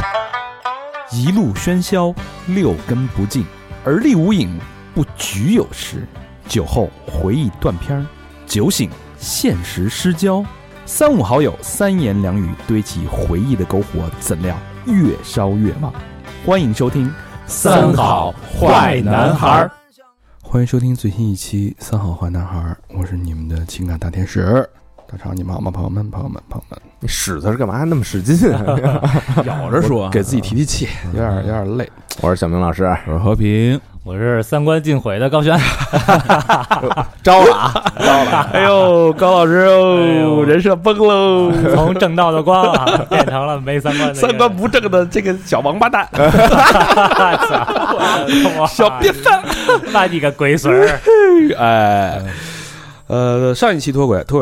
一路喧嚣，六根不净，而立无影，不局有时。酒后回忆断片，酒醒现实失焦。三五好友，三言两语堆起回忆的篝火，怎料越烧越旺。欢迎收听三好坏男孩。 欢迎收听最新一期三好坏男孩，我是你们的情感大天使大超，你们好吗？朋友们， 你使它是干嘛还那么使劲啊？ 咬着说，给自己提气，有点累。 我是小明老师， 我是和平， 我是三观尽毁的高璇。 招了啊！ 哎呦，高老师哦，人设崩喽， 从正道的光啊，变成了没三观的三观不正的这个小王八蛋，小瘪三， 那你个龟孙儿！ 哎。上一期脱轨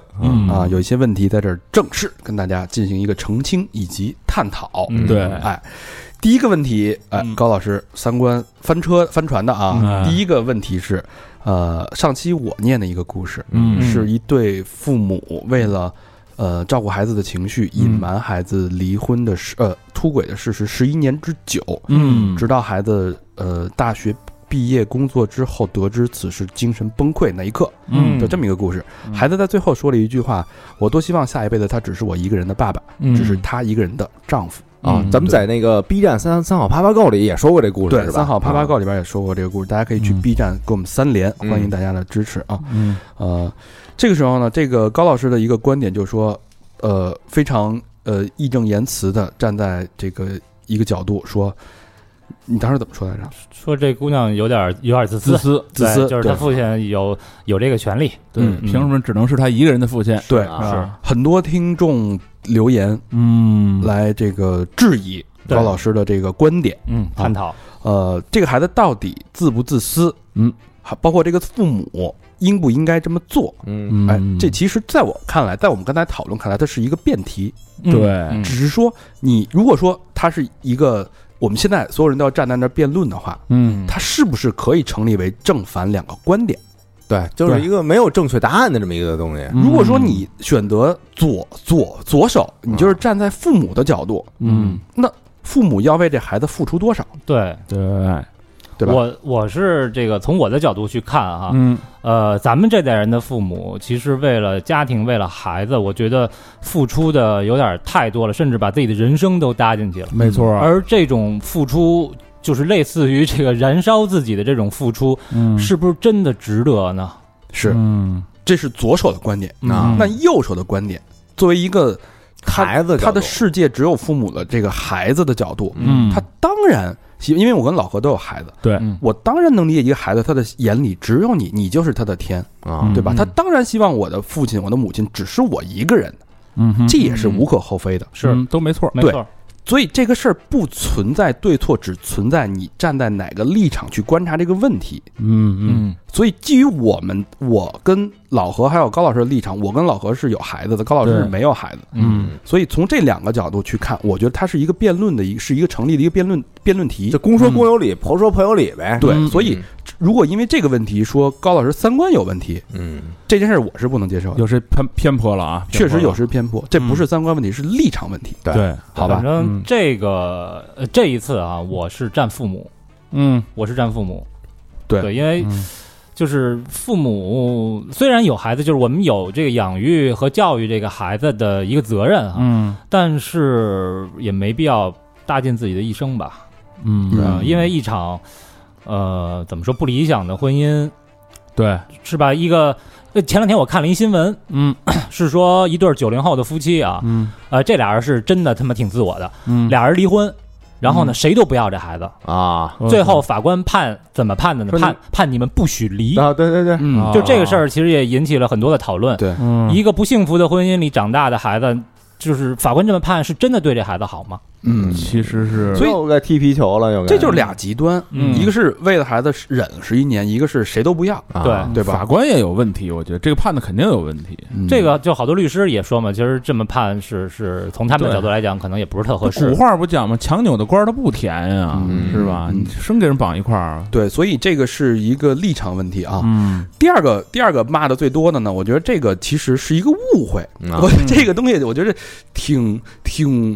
26，有一些问题在这儿正式跟大家进行一个澄清以及探讨。 对， 第一个问题，高老师三观翻船的啊。第一个问题是，上期我念的一个故事，是一对父母为了照顾孩子的情绪，隐瞒孩子离婚的出轨的事实11年之久，直到孩子大学毕业工作之后得知此事精神崩溃那一刻，就这么一个故事。孩子在最后说了一句话：我多希望下一辈子他只是我一个人的爸爸，只是他一个人的丈夫啊。咱们在那个 B 站三好啪啪购里也说过这故事， 对，三好啪啪购里边也说过这个故事，大家可以去 B 站给我们3连，欢迎大家的支持啊。这个时候呢，这个高老师的一个观点就是说，非常义正言辞的站在这个一个角度说。你当时怎么说来着？ 说这姑娘有点自私，就是她父亲有这个权利， 对，凭什么只能是他一个人的父亲？ 对，是很多听众留言，来这个质疑高老师的这个观点， 探讨， 这个孩子到底自不自私？包括这个父母应不应该这么做？这其实在我看来，在我们刚才讨论看来，它是一个辩题， 对， 只是说你如果说它是一个。我们现在所有人都要站在那儿辩论的话，它是不是可以成立为正反两个观点？ 对，就是一个没有正确答案的这么一个东西。 如果说你选择左手，你就是站在父母的角度，那父母要为这孩子付出多少？ 对吧？我是这个从我的角度去看哈，咱们这代人的父母其实为了家庭为了孩子，我觉得付出的有点太多了，甚至把自己的人生都搭进去了。 没错， 而这种付出就是类似于这个燃烧自己的这种付出，是不是真的值得呢？ 是，这是左手的观点那右手的观点，作为一个孩子他的世界只有父母的这个孩子的角度，他当然。因为我跟老何都有孩子， 对， 我当然能理解一个孩子，他的眼里只有你就是他的天对吧？他当然希望我的父亲、我的母亲只是我一个人的，这也是无可厚非的， 是都没错， 对。所以这个事儿不存在对错，只存在你站在哪个立场去观察这个问题。所以基于我跟老何还有高老师的立场，我跟老何是有孩子的，高老师是没有孩子。所以从这两个角度去看，我觉得它是一个辩论的是一个成立的一个辩论题。 就公说公有理，婆说婆有理呗。 对，所以如果因为这个问题说高老师三观有问题，这件事我是不能接受的， 有时偏颇了啊， 确实有时偏颇，这不是三观问题，是立场问题。 对， 好吧。 反正这一次啊，我是站父母，我是站父母，对，因为就是父母虽然有孩子，就是我们有这个养育和教育这个孩子的一个责任啊，但是也没必要搭进自己的一生吧，因为一场怎么说不理想的婚姻， 对， 是吧？一个前两天我看了一新闻，是说一对90后的夫妻啊，这俩人是真的他妈挺自我的，俩人离婚。然后呢，谁都不要这孩子啊！最后法官怎么判的呢？判你们不许离啊！对， 就这个事儿，其实也引起了很多的讨论。 对， 一个不幸福的婚姻里长大的孩子，就是法官这么判，是真的对这孩子好吗？ 其实是， 所以又该踢皮球了，又这就是俩极端，一个是为了孩子忍11年，一个是谁都不要，对吧？ 法官也有问题，我觉得这个判的肯定有问题。 这个就好多律师也说嘛，其实这么判是从他们的角度来讲，可能也不是特合适。 古话不讲吗？强扭的官它不甜呀，是吧？你生给人绑一块儿， 对，所以这个是一个立场问题啊。第二个骂的最多的呢，我觉得这个其实是一个误会。这个东西我觉得挺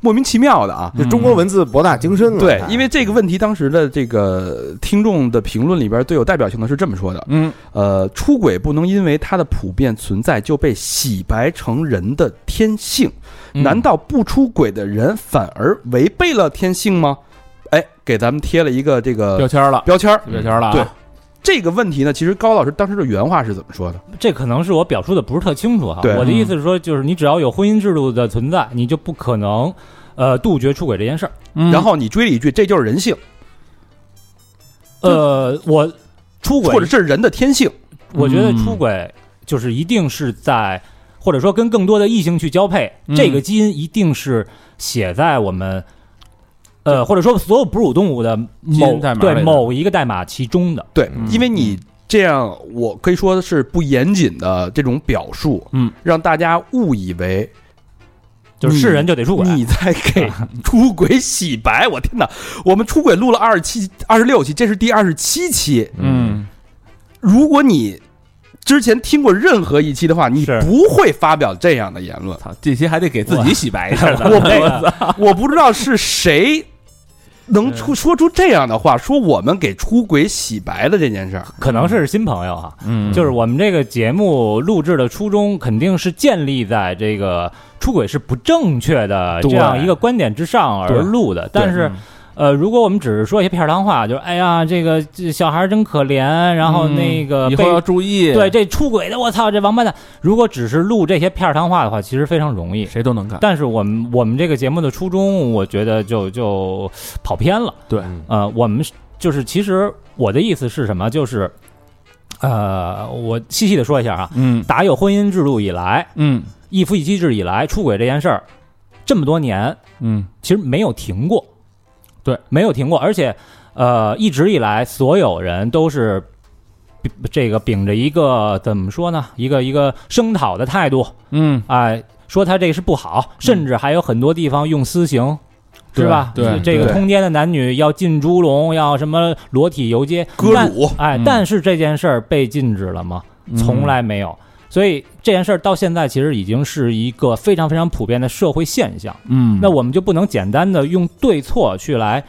莫名其妙的啊。 这中国文字博大精深了。 对，因为这个问题当时的这个听众的评论里边最有代表性的是这么说的，出轨不能因为它的普遍存在就被洗白成人的天性，难道不出轨的人反而违背了天性吗？哎，给咱们贴了一个这个标签了， 对。这个问题呢，其实高老师当时的原话是怎么说的？ 这可能是我表述的不是特清楚哈。我的意思是说，就是你只要有婚姻制度的存在，你就不可能杜绝出轨这件事儿。 然后你追了一句，这就是人性。 我出轨或者是人的天性。 我觉得出轨就是一定是在，或者说跟更多的异性去交配，这个基因一定是写在我们。或者说所有哺乳动物的某一个代码其中的， 对，因为你这样，我可以说是不严谨的这种表述，让大家误以为就是是人就得出轨， 你在给出轨洗白。我天哪，我们出轨录了26期，这是第27期，如果你之前听过任何一期的话，你不会发表这样的言论。 这期还得给自己洗白一下我不知道是谁能说出这样的话，说我们给出轨洗白的这件事儿， 可能是新朋友哈。就是我们这个节目录制的初衷肯定是建立在这个出轨是不正确的这样一个观点之上而录的，但是。如果我们只是说一些片儿汤话，就是哎呀，这个小孩真可怜，然后那个以后要注意， 对这出轨的，我操，这王八蛋！如果只是录这些片儿汤话的话，其实非常容易， 谁都能干。 但是我们这个节目的初衷，我觉得就跑偏了。 对， 我们就是其实我的意思是什么？就是我细细的说一下啊，打有婚姻制度以来，一夫一妻制以来，出轨这件事儿这么多年，其实没有停过。 对， 没有停过，而且，一直以来，所有人都是这个秉着一个怎么说呢，一个声讨的态度，说他这个是不好，甚至还有很多地方用私刑，是吧？ 对， 这个通奸的男女要进猪笼，要什么裸体游街、 割乳， 但是这件事儿被禁止了吗？从来没有。所以这件事儿到现在其实已经是一个非常非常普遍的社会现象。那我们就不能简单的用对错去来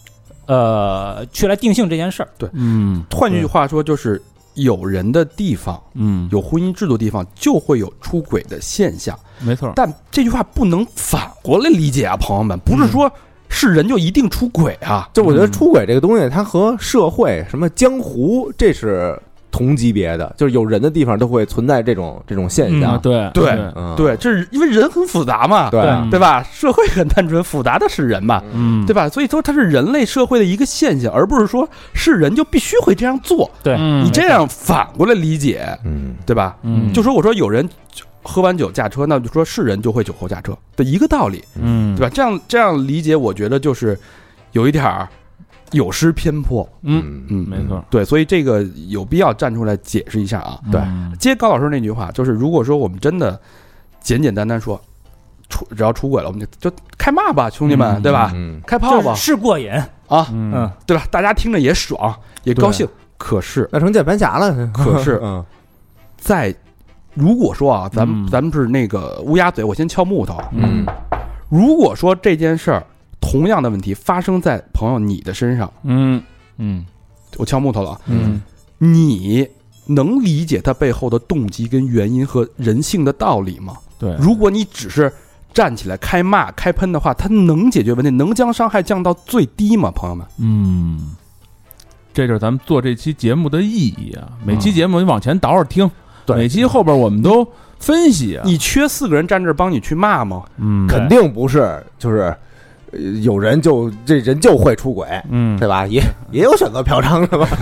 定性这件事儿。 对，换句话说，就是有人的地方，有婚姻制度的地方，就会有出轨的现象。 没错。 但这句话不能反过来理解啊，朋友们，不是说是人就一定出轨啊。 就我觉得出轨这个东西，它和社会什么江湖，这是同级别的，就是有人的地方都会存在这种现象。 对， 这是因为人很复杂嘛，对吧？社会很单纯，复杂的是人嘛，对吧？所以说它是人类社会的一个现象，而不是说是人就必须会这样做。 对， 你这样反过来理解，对吧？就说我说有人喝完酒驾车，那就说是人就会酒后驾车的一个道理，对吧？这样理解，我觉得就是有一点儿有失偏颇。 没错。 对，所以这个有必要站出来解释一下啊。对，接高老师那句话，就是如果说我们真的简简单单说只要出轨了，我们就开骂吧，兄弟们，对吧？开炮吧， 是过瘾啊，对吧？大家听着也爽，也高兴。可是那成键盘侠了。 可是，在如果说啊，咱们是那个乌鸦嘴，我先敲木头。如果说这件事儿同样的问题发生在朋友你的身上，我敲木头了啊，你能理解他背后的动机跟原因和人性的道理吗？ 对， 如果你只是站起来开骂开喷的话，他能解决问题，能将伤害降到最低吗？朋友们， 这就是咱们做这期节目的意义啊！每期节目你往前倒着听，每期后边我们都分析啊。 你缺4个人站这儿帮你去骂吗？ 肯定不是，就是有人这人就会出轨，对吧？也有选择嫖娼的吧？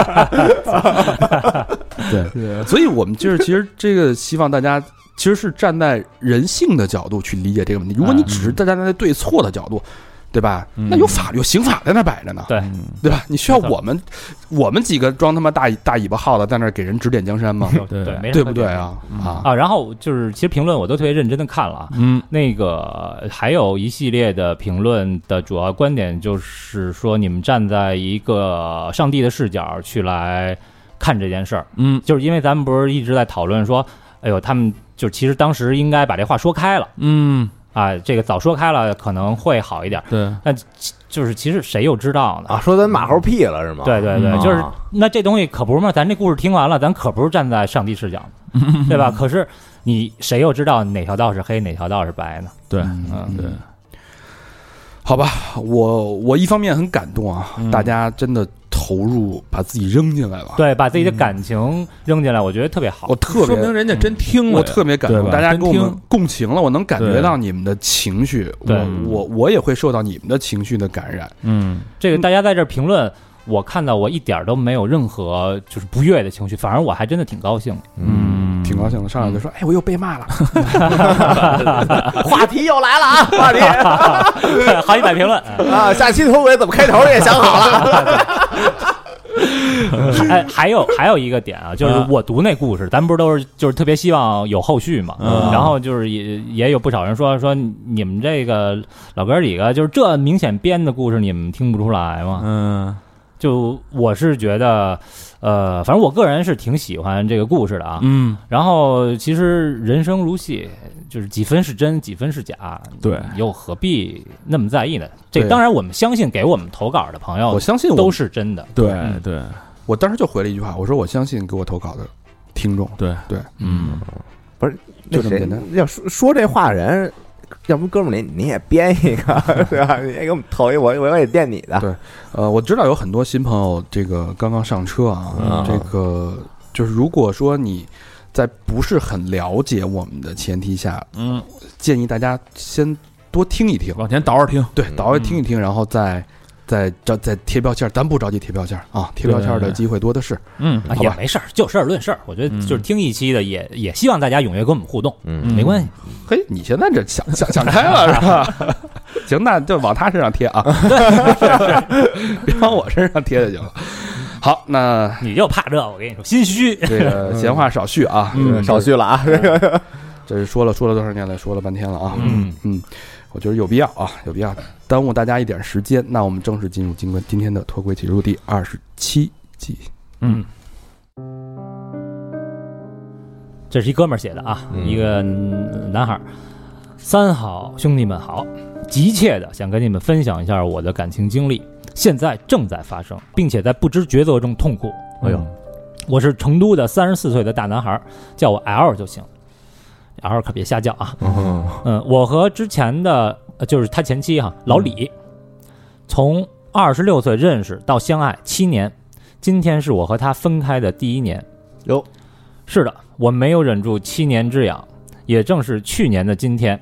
对，所以我们就是其实这个希望大家其实是站在人性的角度去理解这个问题。如果你只是站在对错的角度，对吧？那有法律、有刑法在那摆着呢，对吧？你需要我们几个装他妈大尾巴耗子在那给人指点江山吗？对不对啊？ 然后就是其实评论我都特别认真的看了啊，那个还有一系列的评论的主要观点就是说，你们站在一个上帝的视角去来看这件事儿，就是因为咱们不是一直在讨论说，哎呦，他们就其实当时应该把这话说开了， 啊，这个早说开了可能会好一点。 对， 但就是其实谁又知道呢？ 啊，说咱马猴屁了是吗？ 对对对，就是那这东西可不是嘛，咱这故事听完了，咱可不是站在上帝视角的，对吧？可是你谁又知道哪条道是黑，哪条道是白呢？ 对， 对。 好吧，我一方面很感动啊，大家真的投入，把自己扔进来了， 对，把自己的感情扔进来，我觉得特别好。 我特别说明人家真听了， 我特别感动，大家跟我们共情了，我能感觉到你们的情绪，我也会受到你们的情绪的感染。 这个大家在这评论，我看到我一点都没有任何就是不悦的情绪，反而我还真的挺高兴的。 挺高兴的，上来就说：“哎，我又被骂了。” 话题又来了啊！话题， 好几百评论啊！下期头尾怎么开头也想好了。 哎，还有一个点啊，就是我读那故事，咱不是都是就是特别希望有后续嘛。然后就是也有不少人说你们这个老哥几个就是这明显编的故事，你们听不出来吗？就我是觉得，反正我个人是挺喜欢这个故事的啊。然后其实人生如戏，就是几分是真，几分是假， 对， 又何必那么在意呢？这当然我们相信给我们投稿的朋友， 我相信都是真的。 对对， 我当时就回了一句话，我说我相信给我投稿的听众。对对， 不是就这么简单。要说这话的人。要不哥们儿你也编一个对吧？你也给我们投一我也垫你的。 对，我知道有很多新朋友这个刚刚上车啊，这个就是如果说你在不是很了解我们的前提下，建议大家先多听一听， 往前倒着听， 对，倒着听一听，然后再贴标签，咱不着急贴标签啊，贴标签的机会多的是。 也没事儿，就事儿论事儿。我觉得就是听一期的，也希望大家踊跃跟我们互动，没关系。 嘿，你现在这想开了是吧？行，那就往他身上贴啊，别往我身上贴就行了。好，那你就怕这，我跟你说，心虚。 这个闲话少叙啊， 少叙了啊。 这是说了多少年了，说了半天了啊。我觉得有必要啊，有必要耽误大家一点时间。那我们正式进入今天的脱轨启示录第27集。 这是一哥们儿写的啊，一个男孩。3好，兄弟们好，急切的想跟你们分享一下我的感情经历，现在正在发生，并且在不知抉择中痛苦。我是成都的34岁的大男孩，叫我 L 就行。L 可别瞎叫啊。我和之前的就是他前妻老李，从26岁认识到相爱7年，今天是我和他分开的第1年。是的，我没有忍住7年之痒，也正是去年的今天，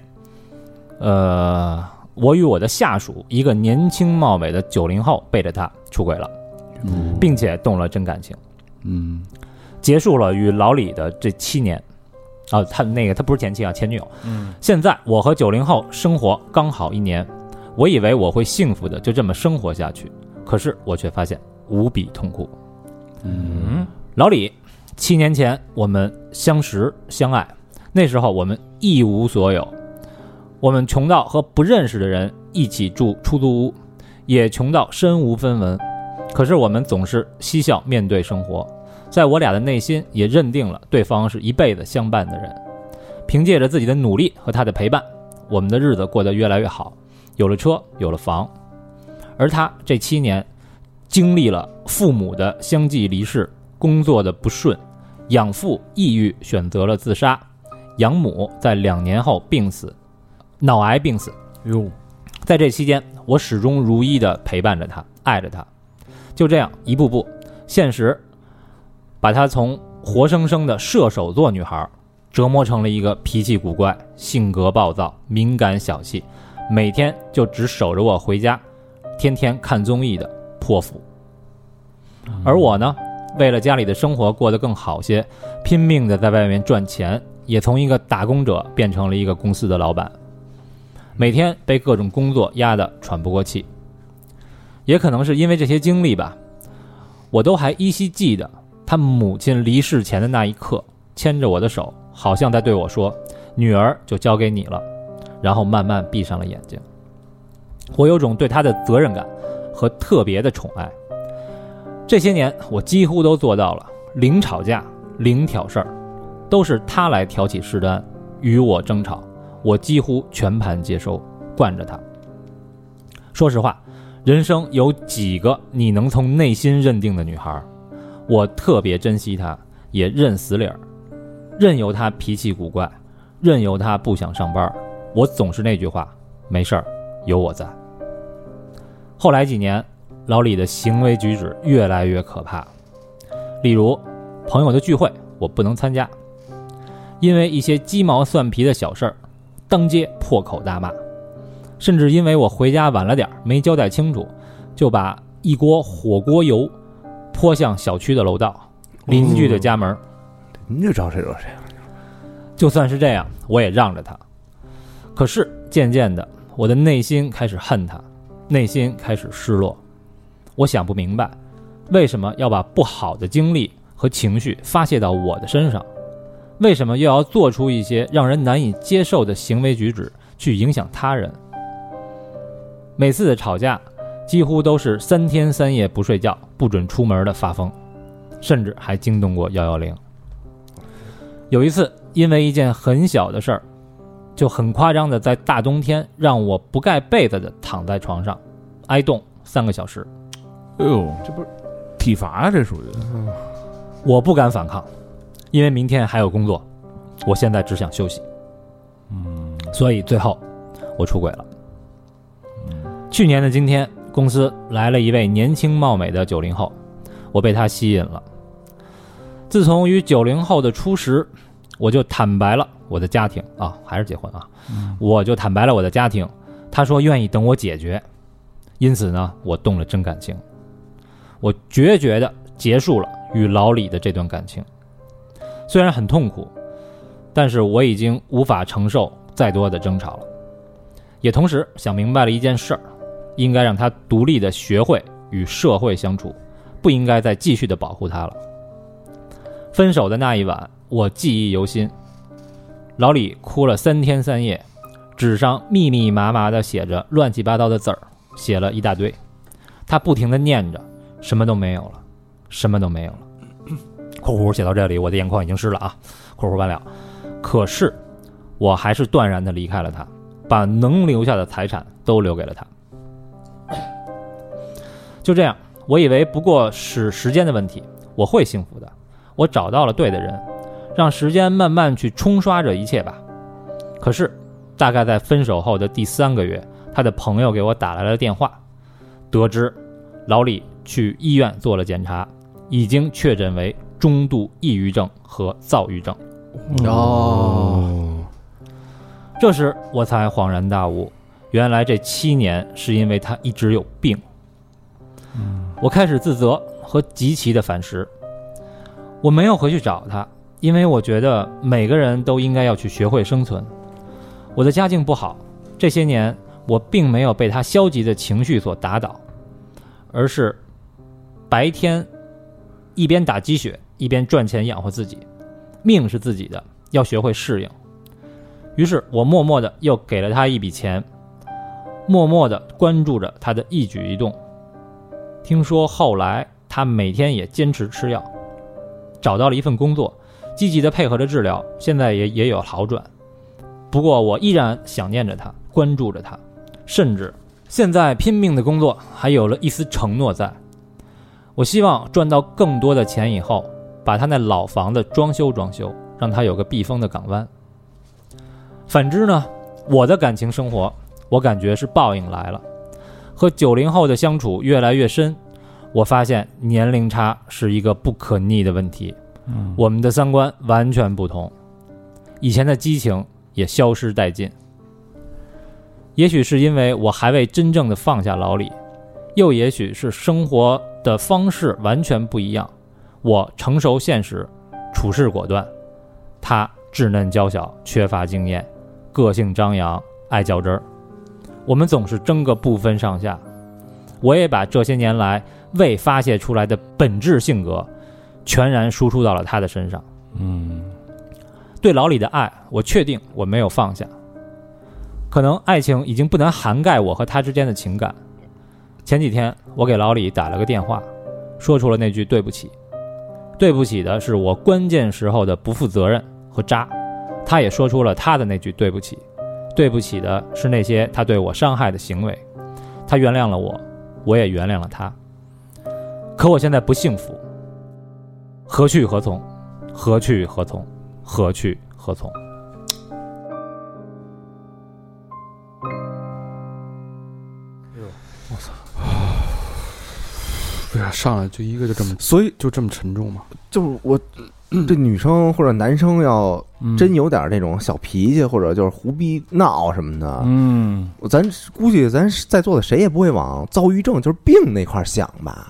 我与我的下属一个年轻貌美的90后背着他出轨了，并且动了真感情。结束了与老李的这7年。他不是前妻啊，前女友。现在我和90后生活刚好1年，我以为我会幸福的就这么生活下去，可是我却发现无比痛苦。老李7年前我们相识相爱，那时候我们一无所有，我们穷到和不认识的人一起住出租屋，也穷到身无分文，可是我们总是嬉笑面对生活，在我俩的内心也认定了对方是一辈子相伴的人。凭借着自己的努力和他的陪伴，我们的日子过得越来越好，有了车，有了房。而他这7年经历了父母的相继离世，工作的不顺，养父抑郁选择了自杀，养母在2年后病死，脑癌病死。在这期间，我始终如一地陪伴着他，爱着他。就这样一步步，现实把他从活生生的射手座女孩折磨成了一个脾气古怪、性格暴躁、敏感小气，每天就只守着我回家，天天看综艺的泼妇。而我呢，为了家里的生活过得更好些，拼命的在外面赚钱，也从一个打工者变成了一个公司的老板，每天被各种工作压得喘不过气。也可能是因为这些经历吧，我都还依稀记得他母亲离世前的那一刻，牵着我的手，好像在对我说，女儿就交给你了，然后慢慢闭上了眼睛。我有种对他的责任感和特别的宠爱。这些年我几乎都做到了，零吵架，零挑事儿，都是他来挑起事端，与我争吵， 我几乎全盘接收，惯着她。说实话，人生有几个你能从内心认定的女孩，我特别珍惜她，也认死理儿，任由她脾气古怪，任由她不想上班，我总是那句话，没事儿，有我在。后来几年，老李的行为举止越来越可怕，例如朋友的聚会我不能参加，因为一些鸡毛蒜皮的小事儿当街破口大骂，甚至因为我回家晚了点没交代清楚，就把一锅火锅油泼向小区的楼道、邻居的家门。 您就招谁惹谁。 就算是这样，我也让着他。可是渐渐的，我的内心开始恨他，内心开始失落。我想不明白，为什么要把不好的经历和情绪发泄到我的身上？为什么又要做出一些让人难以接受的行为举止去影响他人？每次的吵架几乎都是3天3夜不睡觉，不准出门的发疯，甚至还惊动过110。有一次因为一件很小的事儿，就很夸张的在大冬天让我不盖被子的躺在床上挨冻3个小时。 哎呦，这不是体罚啊，这属于。 我不敢反抗，因为明天还有工作，我现在只想休息。所以最后我出轨了。去年的今天，公司来了一位年轻貌美的90后，我被他吸引了。自从与90后的初识，我就坦白了我的家庭啊，还是结婚啊，我就坦白了我的家庭。他说愿意等我解决，因此呢，我动了真感情。我决绝地结束了与老李的这段感情，虽然很痛苦，但是我已经无法承受再多的争吵了，也同时想明白了一件事儿，应该让他独立地学会与社会相处，不应该再继续地保护他了。分手的那一晚，我记忆犹新，老李哭了3天3夜，纸上密密麻麻地写着乱七八糟的字儿，写了一大堆，他不停地念着，什么都没有了，什么都没有了。括弧写到这里，我的眼眶已经湿了啊。括弧完了。可是我还是断然地离开了他，把能留下的财产都留给了他。就这样，我以为不过是时间的问题，我会幸福的。我找到了对的人，让时间慢慢去冲刷这一切吧。可是大概在分手后的第3个月，他的朋友给我打来了电话，得知老李去医院做了检查，已经确诊为中度抑郁症和躁郁症。这时我才恍然大悟，原来这7年是因为他一直有病。我开始自责和极其的反思。我没有回去找他，因为我觉得每个人都应该要去学会生存。我的家境不好，这些年我并没有被他消极的情绪所打倒，而是白天一边打鸡血一边赚钱养活自己。命是自己的，要学会适应。于是我默默的又给了他一笔钱，默默的关注着他的一举一动。听说后来他每天也坚持吃药，找到了一份工作，积极的配合着治疗，现在也有好转。不过我依然想念着他，关注着他，甚至现在拼命的工作还有了一丝承诺在。我希望赚到更多的钱以后，把他那老房子装修，让他有个避风的港湾。反之呢，我的感情生活，我感觉是报应来了。和90后的相处越来越深，我发现年龄差是一个不可逆的问题。我们的三观完全不同，以前的激情也消失殆尽。也许是因为我还未真正的放下老李，又也许是生活的方式完全不一样。我成熟现实，处事果断，他稚嫩娇小，缺乏经验，个性张扬，爱较真儿。我们总是争个不分上下。我也把这些年来未发泄出来的本质性格全然输出到了他的身上。对老李的爱，我确定我没有放下。可能爱情已经不能涵盖我和他之间的情感。前几天我给老李打了个电话，说出了那句对不起。对不起的是我关键时候的不负责任和渣，他也说出了他的那句对不起。 对不起的是那些他对我伤害的行为。他原谅了我，我也原谅了他。可我现在不幸福，何去何从？何去何从？何去何从？ 我操！为啥上来就一个就这么， 所以就这么沉重吗？ 就是我这女生或者男生要真有点这种小脾气，或者就是胡逼闹什么的，咱估计咱在座的谁也不会往躁郁症就是病那块想吧。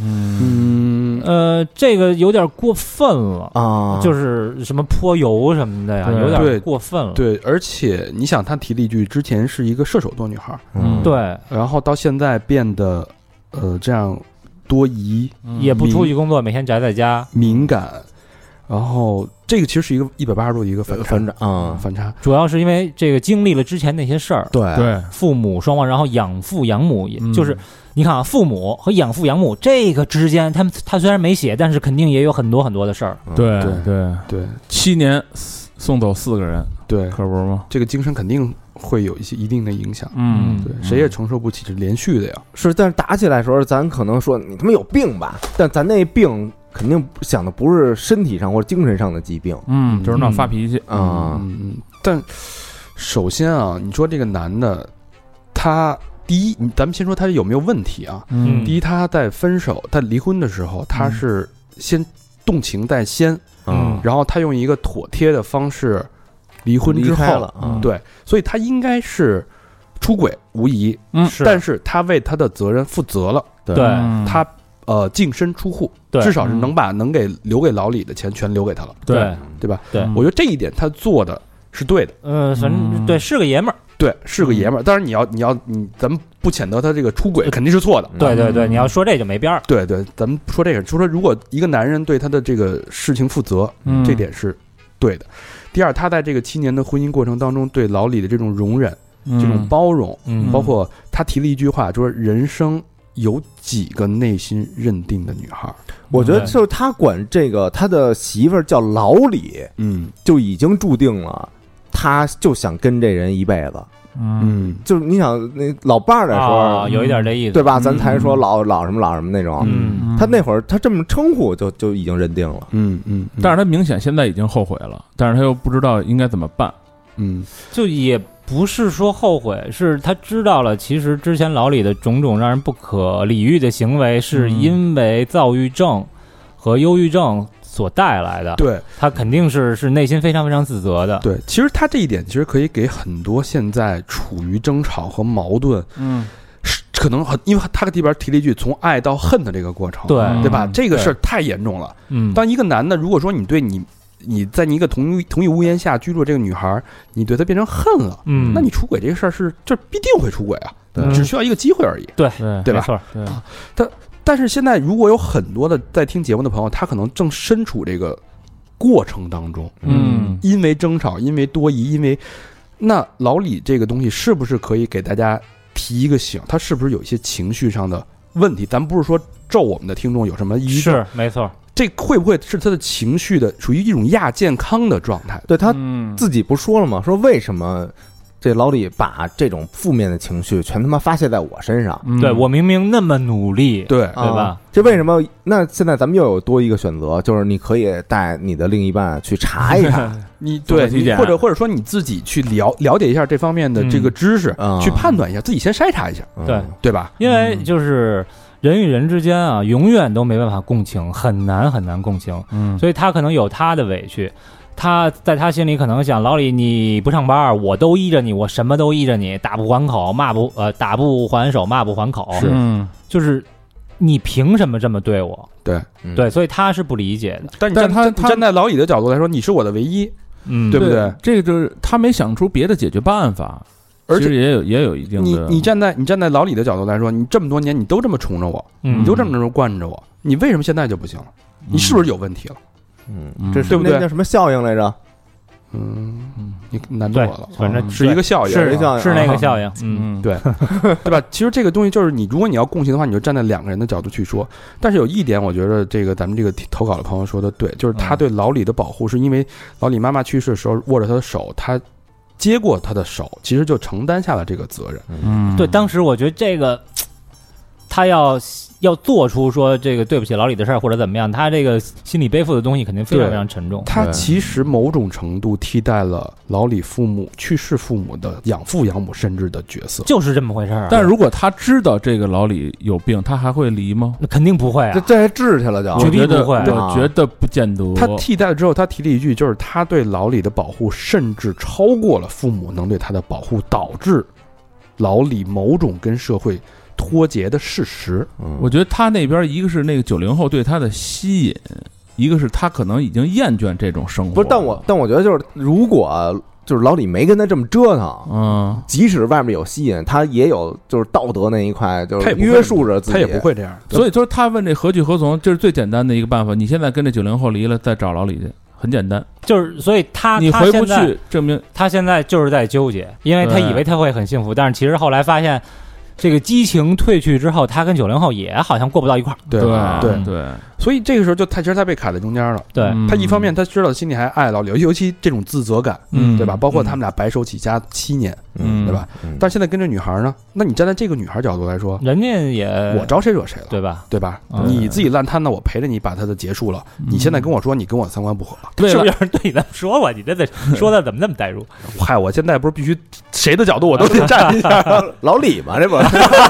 这个有点过分了啊，就是什么泼油什么的呀，有点过分了。 对，而且你想，他提了一句，之前是一个射手座女孩， 对， 然后到现在变得这样多疑， 也不出去工作，每天宅在家， 敏感。然后这个其实是一个180度的一个反差， 主要是因为这个经历了之前那些事儿， 对， 父母双亡，然后养父养母，就是你看啊，父母和养父养母这个之间，他虽然没写，但是肯定也有很多很多的事儿。 对 ，7 年送走4个人， 对， 可不是吗？ 这个精神肯定会有一定的影响，对，谁也承受不起，这连续的呀。 是，但是打起来的时候，咱可能说你他妈有病吧，但咱那病肯定想的不是身体上或者精神上的疾病， 就是那发脾气但首先啊，你说这个男的，他第一，咱们先说他有没有问题啊？第一，他在离婚的时候，他是先动情在先，然后他用一个妥帖的方式离婚之后了， 对，所以他应该是出轨无疑，但是他为他的责任负责了， 对， 他净身出户，至少是能把给留给老李的钱全留给他了，对吧？ 对， 我觉得这一点他做的是对的， 反正对，是个爷们儿， 对，是个爷们儿。当然咱们不谴责他这个出轨肯定是错的， 对，你要说这就没边儿， 对，咱们不说这个，就说如果一个男人对他的这个事情负责，这点是对的。第二，他在这个7年的婚姻过程当中，对老李的这种容忍、这种包容，包括他提了一句话，就是人生有几个内心认定的女孩？ 我觉得就是他管这个他的媳妇儿叫老李，就已经注定了，他就想跟这人一辈子。就是你想那老伴儿的时候， 有一点这意思， 对吧？咱才说老什么那种，他那会儿他这么称呼就已经认定了， 但是他明显现在已经后悔了，但是他又不知道应该怎么办， 就也不是说后悔，是他知道了，其实之前老李的种种让人不可理喻的行为，是因为躁郁症和忧郁症所带来的。 对， 他肯定是内心非常非常自责的。 对，其实他这一点其实可以给很多现在处于争吵和矛盾，可能因为他里边提了一句从爱到恨的这个过程，对吧？这个事儿太严重了。当一个男的，如果说你对你在一个同一屋檐下居住这个女孩，你对她变成恨了，那你出轨这个事儿这必定会出轨啊，只需要一个机会而已， 对吧？对。但是现在如果有很多的在听节目的朋友，他可能正身处这个过程当中，因为争吵，因为多疑，那老李这个东西是不是可以给大家提一个醒？他是不是有一些情绪上的问题？咱不是说咒我们的听众有什么疑虑， 是没错。 这会不会是他的情绪的属于一种亚健康的状态？ 对，他自己不说了吗？说为什么这老李把这种负面的情绪全他妈发泄在我身上？ 对，我明明那么努力， 对吧？ 这为什么？那现在咱们又有多一个选择，就是你可以带你的另一半去查一查， 或者说你自己去了解一下这方面的这个知识，去判断一下，自己先筛查一下，对吧？ 因为就是人与人之间啊，永远都没办法共情，很难共情，所以他可能有他的委屈。他在他心里可能想，老李你不上班，我都依着你，我什么都依着你，打不还口，打不还手，骂不还口，就是你凭什么这么对我？对，所以他是不理解的。 但他站在老李的角度来说，你是我的唯一，对不对？ 这个就是他没想出别的解决办法，而且也有一定的。 你站在老李的角度来说，你这么多年你都这么宠着我，你都这么惯着我，你为什么现在就不行了？你是不是有问题了？ 这是那叫什么效应来着？ 你难住我了， 反正是一个效应， 是那个效应， 对吧？其实这个东西就是如果你要共情的话，你就站在两个人的角度去说。但是有一点，我觉得这个咱们这个投稿的朋友说的对，就是他对老李的保护，是因为老李妈妈去世的时候握着他的手，他接过他的手，其实就承担下了这个责任。 对，当时我觉得这个他要做出说这个对不起老李的事儿或者怎么样，他这个心理背负的东西肯定非常非常沉重。 他其实某种程度替代了老李去世父母的养父养母甚至的角色， 就是这么回事儿。 但如果他知道这个老李有病，他还会离吗？ 那肯定不会啊， 这治去了就绝对不会。 我觉得不见得。 他替代了之后，他提了一句，就是他对老李的保护甚至超过了父母能对他的保护，导致老李某种跟社会脱节的事实。 我觉得他那边一个是那个90后对他的吸引，一个是他可能已经厌倦这种生活。 不是，但我觉得就是如果就是老李没跟他这么折腾，即使外面有吸引，他也有就是道德那一块，就是约束着自己， 他也不会这样。 所以就是他问这何去何从，这是最简单的一个办法。你现在跟这90后离了，再找老李去，很简单。 就是所以你回不去，证明他现在就是在纠结，因为他以为他会很幸福，但是其实后来发现。这个激情褪去之后，他跟90后也好像过不到一块儿。 对， 所以这个时候其实他被卡在中间了。 对， 他一方面他知道心里还爱老李，尤其这种自责感，对吧？包括他们俩白手起家7年，对吧？但是现在跟这女孩呢，那你站在这个女孩角度来说， 人家也我招谁惹谁了， 对吧？ 对吧？你自己烂摊子，我陪着你把它的结束了。你现在跟我说你跟我三观不合， 是不是有人对你这么说过？你这说的怎么那么代入？ 嗨，我现在不是必须谁的角度我都得站一下， 老李嘛，这不。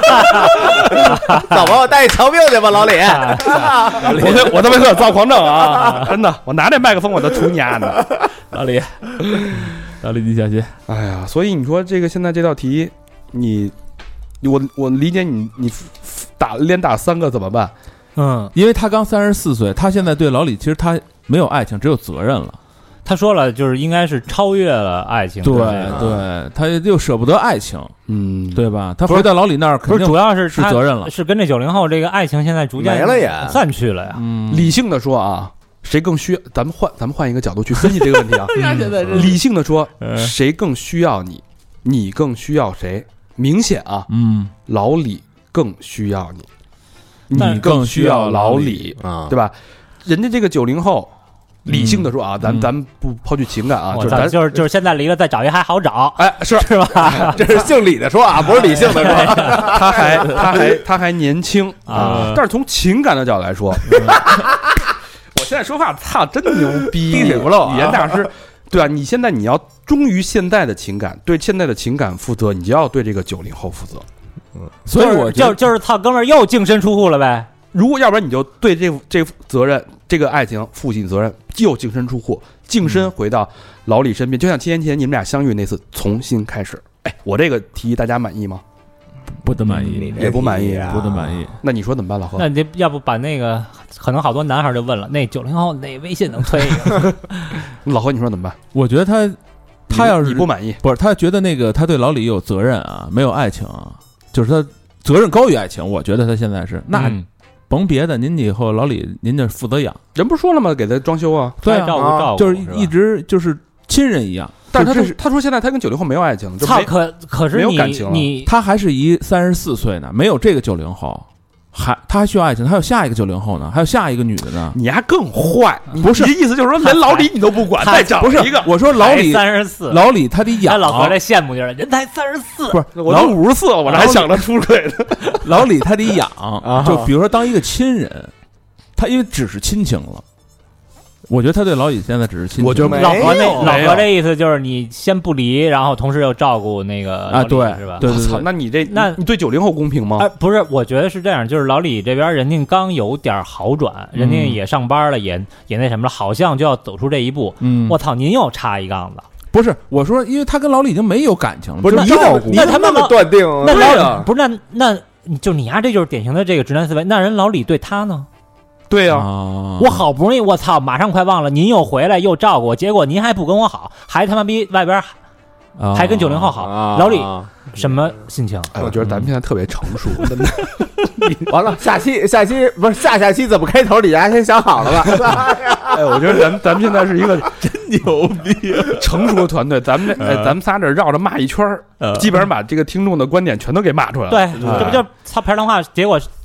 走吧，我带你瞧病去吧，老李。 我他妈有点躁狂症啊！真的，我拿这麦克风我都出娘呢。 老李，你小心。 哎呀，所以你说这个现在这道题，我理解你连打3个怎么办？ 因为他刚34岁，他现在对老李其实他没有爱情，只有责任了。 他说了，就是应该是超越了爱情。 对，他又舍不得爱情，对吧？他回到老李那儿，肯定主要是责任了， 是跟这90后这个爱情现在逐渐没了也散去了呀。 理性的说啊，谁更需要？咱们换一个角度去分析这个问题啊。理性的说，谁更需要你？你更需要谁？明显啊，老李更需要你，你更需要老李啊，对吧？人家这个90后。理性的说啊，咱不抛去情感啊， 就是现在离了再找一还好找， 哎，是吧？ 这是姓李的说啊，不是理性的说。 他还年轻啊，但是从情感的角度来说，我现在说话操真牛逼， 滴水不漏， 语言大师，对啊，你现在你要忠于现在的情感，对现在的情感负责，你就要对这个90后负责。 所以我就是操哥们儿又净身出户了呗。 如果要不然你就对这责任，这个爱情负起责任，又净身出户，净身回到老李身边，就像7年前你们俩相遇那次，重新开始。哎，我这个提议大家满意吗？ 不得满意， 也不满意， 不得满意。 那你说怎么办，老何？ 那你要不把那个，可能好多男孩就问了，那90后那微信能推一个？ 老何，你说怎么办？ 我觉得他要是你不满意， 不是他觉得那个他对老李有责任啊，没有爱情啊，就是他责任高于爱情。我觉得他现在是那。甭别的，您以后老李您就负责养， 人不是说了吗？给他装修啊， 对啊，照顾， 就是一直就是亲人一样。 但是他说现在他跟90后没有爱情， 可是没有感情， 他还是一34岁呢，没有这个90后，他还需要爱情，还有下一个90后呢，还有下一个女的呢。 你还更坏， 不是？ 你的意思就是说连老李你都不管，再找一个？ 我说老李 34， 老李他得养。 老何这羡慕就是人才34， 不是我都54了，我这还想着出轨呢。 老李他得养，就比如说当一个亲人，他因为只是亲情了。我觉得他对老李现在只是亲情。 我觉得老何这意思就是你先不离，然后同时又照顾那个啊，对， 是吧？ 对。 那你对90后公平吗？ 不是，我觉得是这样，就是老李这边人家刚有点好转，人家也上班了，也那什么了，好像就要走出这一步。我操，您又插一杠子。 不是，我说，因为他跟老李已经没有感情了。 不是， 那他们断定， 那老李不是那就你这就是典型的这个直男思维。那人老李对他呢？ 对呀， 我好不容易，我操，马上快忘了，您又回来又照顾我，结果您还不跟我好，还他妈逼外边还跟90后好，老李什么心情？ 哎，我觉得咱们现在特别成熟，真的。 完了，下期不是下期怎么开头？你家先想好了吧？ 哎，我觉得咱们现在是一个真牛逼成熟的团队，咱们仨这绕着骂一圈，基本上把这个听众的观点全都给骂出来了。 对，这不就操片儿脏话？结果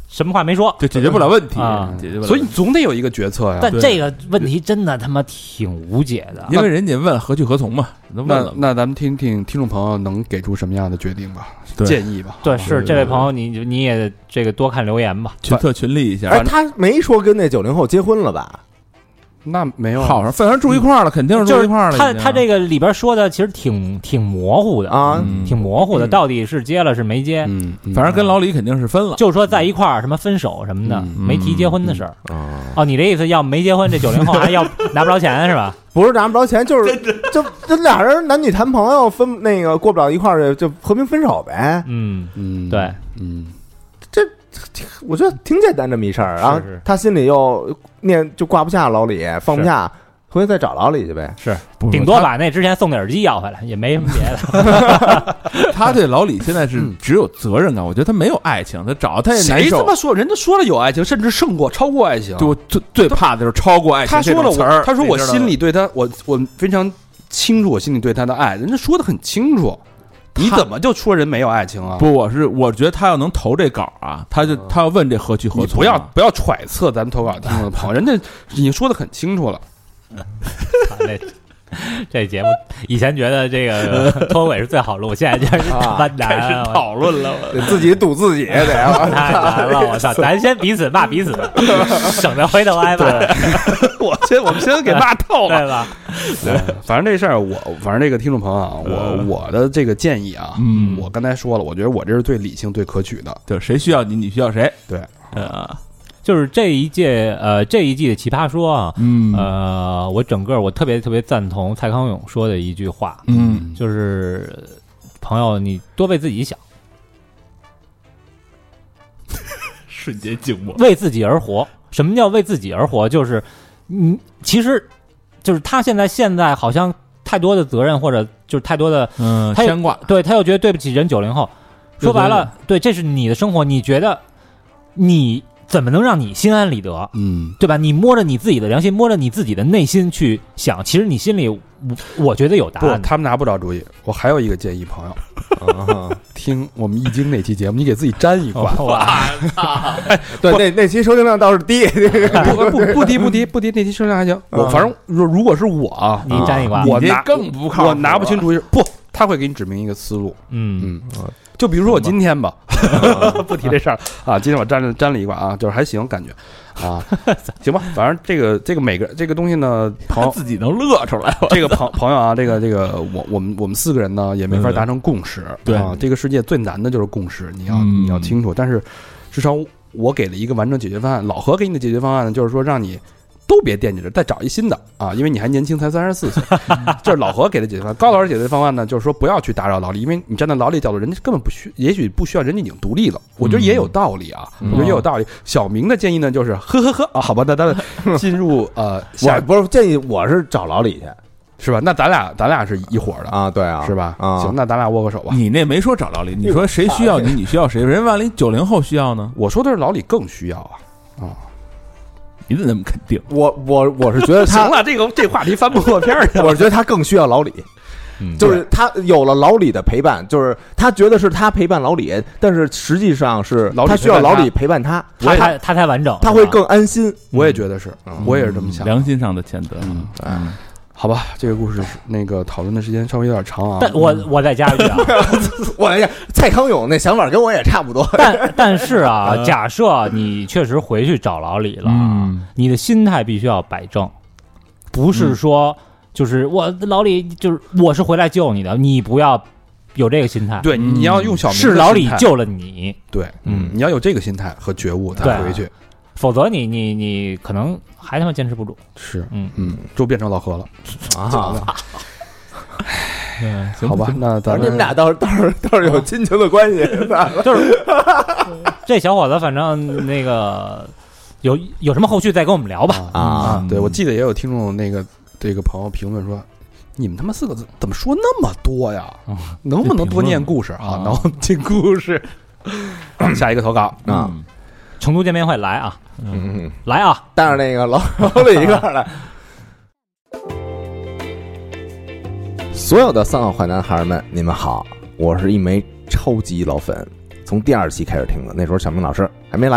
什么话没说， 就解决不了问题啊， 所以你总得有一个决策呀。 但这个问题真的他妈挺无解的， 因为人家问何去何从嘛。 那咱们听听听众朋友能给出什么样的决定吧，建议吧。 对，是这位朋友，你也这个多看留言吧， 群策群力一下。 哎，他没说跟那90后结婚了吧？ 那没有， 好上反正住一块儿了，肯定是住一块儿了。 他这个里边说的其实挺模糊的啊，挺模糊的，到底是接了是没接？ 反正跟老李肯定是分了， 就是说在一块儿什么分手什么的，没提结婚的事儿。哦，你的意思要没结婚，这90后还要拿不着钱是吧？ 不是拿不着钱，就是就俩人男女谈朋友分那个过不了一块儿，就和平分手呗。 对， 这我觉得挺简单这么一事儿，然后他心里又就挂不下老李，放不下，回去再找老李去呗。 是，顶多把那之前送的耳机要回来，也没什么别的。 他对老李现在是只有责任感，我觉得他没有爱情，他找他也难受。 谁这么说？人家说了有爱情，甚至超过爱情。 就最怕的就是超过爱情。 他说了他说我心里对他，我非常清楚我心里对他的爱，人家说的很清楚。你怎么就说人没有爱情啊？ 不，我觉得他要能投这稿啊，他要问这何去何从。 不要揣测咱们投稿听众的朋友，人家已经说的很清楚了。 这节目以前觉得这个脱轨是最好录，现在就是开始讨论了， 自己堵自己得太难了，我操！咱先彼此骂彼此，省得回头挨骂。 我们先给骂透了， 对吧？ 对，反正这事儿反正这个听众朋友啊，我的这个建议啊，我刚才说了，我觉得我这是最理性、最可取的。 对，谁需要你，你需要谁？ 对， 就是这一季的奇葩说啊，我特别特别赞同蔡康永说的一句话，就是朋友，你多为自己想， 瞬间静默， 为自己而活。什么叫为自己而活？就是其实就是他现在好像太多的责任，或者就是太多的牵挂， 对他又觉得对不起人90后。说白了，对，这是你的生活，你觉得你怎么能让你心安理得？对吧？你摸着你自己的良心，摸着你自己的内心去想，其实你心里，我觉得有答案。 不，他们拿不着主意。我还有一个建议，朋友，听我们易经那期节目，你给自己占一卦。 对，那期收听量倒是低， 不低，那期收听量还行。反正如果是我， 你占一卦， 我更不靠谱， 我拿不清主意。不，他会给你指明一个思路。就比如说我今天吧，不提这事儿啊。今天我占了一卦啊，就是还行感觉啊，行吧。反正这个每个这个东西呢，朋友自己能乐出来。 这个朋友啊，这个我们4个人呢也没法达成共识。对啊，这个世界最难的就是共识，你要清楚。但是至少我给了一个完整解决方案，老何给你的解决方案呢，就是说让你都别惦记着，再找一新的啊，因为你还年轻，才34岁。这是老何给的解决方案。高老师解决方案呢，就是说不要去打扰老李，因为你站在老李角度，人家根本也许不需要，人家已经独立了。我觉得也有道理啊，我觉得也有道理。小明的建议呢，就是啊，好吧，那咱们进入我不是建议我是找老李去， 是吧？那咱俩是一伙的啊，对啊， 是吧？行，那咱俩握个手吧。 你那没说找老李，你说谁需要你，你需要谁？人万一90后需要呢？ 我说的是老李更需要啊。 你怎么那么肯定？ 我是觉得他行了，这话题翻不过片儿去了。 我是觉得他更需要老李，就是他有了老李的陪伴，就是他觉得是他陪伴老李，但是实际上是他需要老李陪伴他才完整， 他会更安心。 我也觉得是，我也是这么想。 良心上的谴责。 好吧，这个故事是那个讨论的时间稍微有点长啊。 但我再加一句啊， 我来讲，蔡康永那想法跟我也差不多。 但是啊，假设你确实回去找老李了，你的心态必须要摆正，不是说就是老李就是我是回来救你的，你不要有这个心态。 对，你要用小明是老李救了你。 对，你要有这个心态和觉悟再回去。 否则你可能还他妈坚持不住， 是，就变成老何了啊！好吧，那咱们你们俩倒是有亲情的关系， 就是这小伙子，反正那个有什么后续再跟我们聊吧啊！对，我记得也有听众这个朋友评论说，你们他妈4个字怎么说那么多呀？能不能多念故事啊？然后进故事，下一个投稿啊！ 成都见面会来啊！来啊！ 带着那个老李一块儿来。所有的3好坏男孩们，你们好，我是一枚超级老粉，从第2期开始听的，那时候小明老师还没来。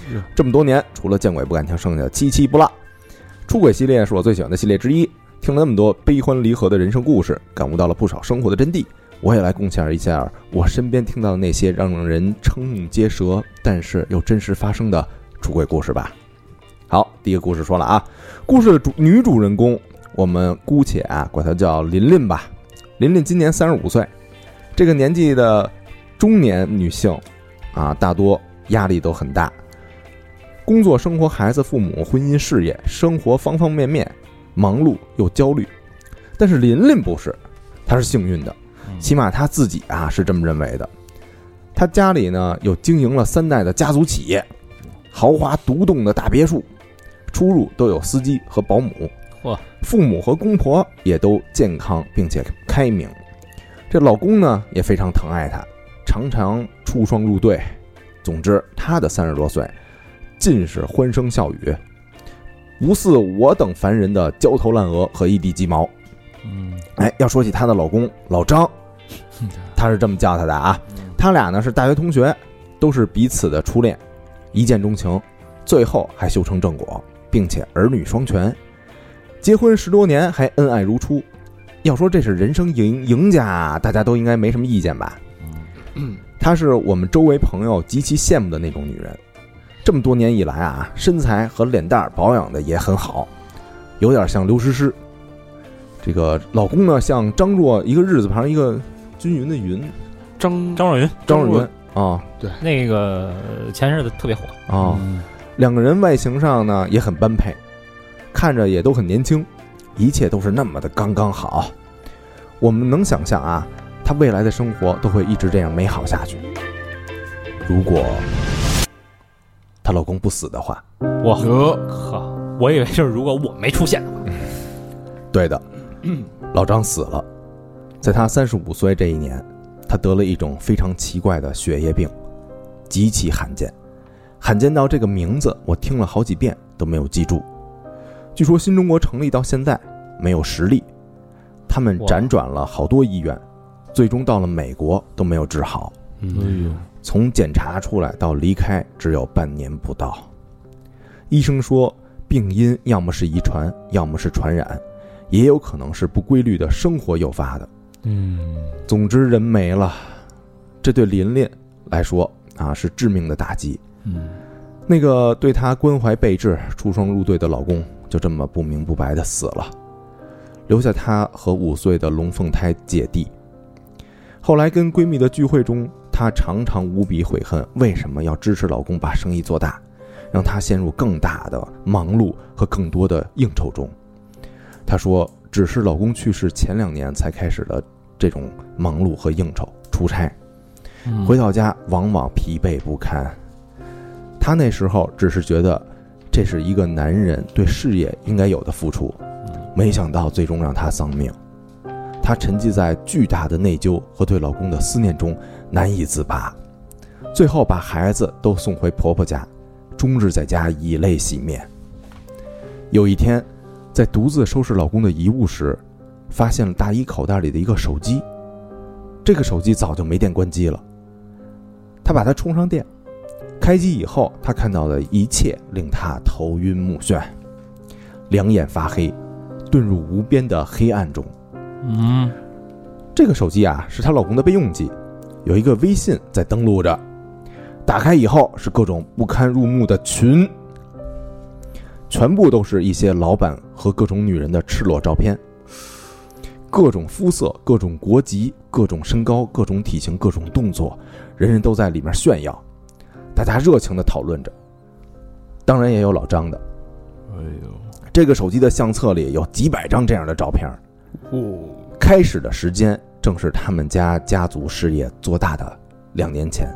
这么多年，除了见鬼不敢听，剩下的七七不落。出轨系列是我最喜欢的系列之一，听了那么多悲欢离合的人生故事，感悟到了不少生活的真谛。我也来贡献一下我身边听到的那些让人瞠目结舌，但是又真实发生的出轨故事吧。好，第一个故事说了啊，故事的女主人公，我们姑且管她叫琳琳吧。琳琳今年35岁，这个年纪的中年女性大多压力都很大，工作、生活、孩子、父母、婚姻、事业，生活方方面面忙碌又焦虑。但是琳琳不是，她是幸运的，起码她自己是这么认为的。她家里呢有经营了3代的家族企业，豪华独栋的大别墅，出入都有司机和保姆，父母和公婆也都健康并且开明。这老公呢也非常疼爱她，常常出双入对。总之她的30多岁尽是欢声笑语，无似我等凡人的焦头烂额和一地鸡毛。要说起她的老公老张，她是这么叫他的他俩呢是大学同学，都是彼此的初恋，一见钟情，最后还修成正果，并且儿女双全，结婚10多年还恩爱如初。要说这是人生赢家，大家都应该没什么意见吧。她是我们周围朋友极其羡慕的那种女人，这么多年以来身材和脸蛋保养的也很好，有点像刘诗诗。这个老公呢像张若，一个日字旁一个均匀的匀， 张若昀对， 那个前日子特别火两个人外形上呢也很般配，看着也都很年轻，一切都是那么的刚刚好。我们能想象她未来的生活都会一直这样美好下去。如果她老公不死的话， 我以为就是如果我没出现的话。 对的，老张死了，在他35岁这一年，他得了一种非常奇怪的血液病，极其罕见，罕见到这个名字我听了好几遍都没有记住。据说新中国成立到现在没有实例，他们辗转了好多医院，最终到了美国都没有治好。从检查出来到离开只有半年不到。医生说病因要么是遗传，要么是传染，也有可能是不规律的生活诱发的。总之人没了，这对琳琳来说是致命的打击。那个对她关怀备至、出双入对的老公就这么不明不白的死了，留下她和5岁的龙凤胎姐弟。后来跟闺蜜的聚会中，她常常无比悔恨，为什么要支持老公把生意做大，让她陷入更大的忙碌和更多的应酬中。她说只是老公去世前2年才开始的这种忙碌和应酬出差，回到家往往疲惫不堪。她那时候只是觉得这是一个男人对事业应该有的付出，没想到最终让她丧命。她沉寂在巨大的内疚和对老公的思念中难以自拔，最后把孩子都送回婆婆家，终日在家以泪洗面。有一天在独自收拾老公的遗物时，发现了大衣口袋里的一个手机，这个手机早就没电关机了。她把它充上电，开机以后，她看到的一切令她头晕目眩，两眼发黑，遁入无边的黑暗中。这个手机是她老公的备用机，有一个微信在登录着，打开以后是各种不堪入目的群，全部都是一些老板和各种女人的赤裸照片，各种肤色、各种国籍、各种身高、各种体型、各种动作，人人都在里面炫耀，大家热情地讨论着。当然也有老张的，这个手机的相册里有几百张这样的照片。开始的时间正是他们家族事业做大的2年前。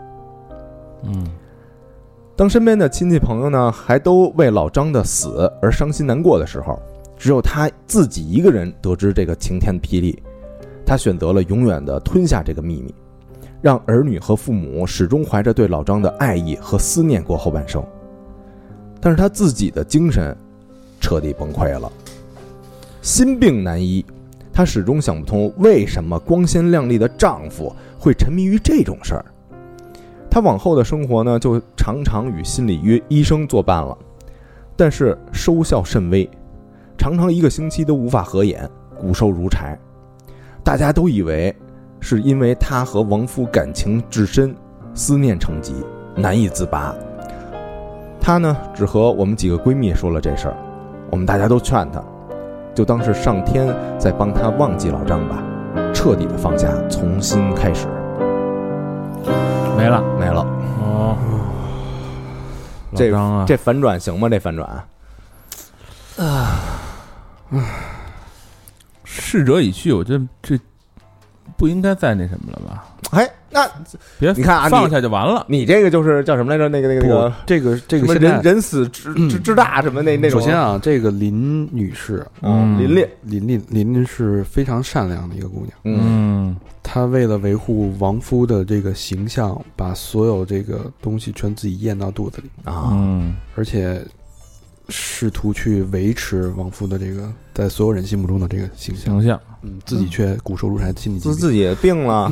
当身边的亲戚朋友呢还都为老张的死而伤心难过的时候，只有他自己一个人得知这个晴天霹雳。他选择了永远的吞下这个秘密，让儿女和父母始终怀着对老张的爱意和思念过后半生。但是他自己的精神彻底崩溃了，心病难医。她始终想不通为什么光鲜亮丽的丈夫会沉迷于这种事儿。她他往后的生活呢，就常常与心理医生作伴了，但是收效甚微，常常1个星期都无法合眼，骨瘦如柴。大家都以为是因为他和亡夫感情至深，思念成疾，难以自拔。他呢，只和我们几个闺蜜说了这事儿，我们大家都劝他，就当是上天在帮他忘记老张吧，彻底的放下，重新开始。 没了哦， 老张啊， 这反转行吗？这反转逝者已去，我觉得这不应该再那什么了吧？ 哎，那别你看啊， 放下就完了。 你这个就是叫什么来着？那个这个什么人死之大什么那种。 首先啊，这个林女士，琳是非常善良的一个姑娘。她为了维护亡夫的这个形象，把所有这个东西全自己咽到肚子里啊，而且试图去维持亡夫的这个在所有人心目中的这个形象。自己却骨瘦如柴，心理疾病， 自己也病了。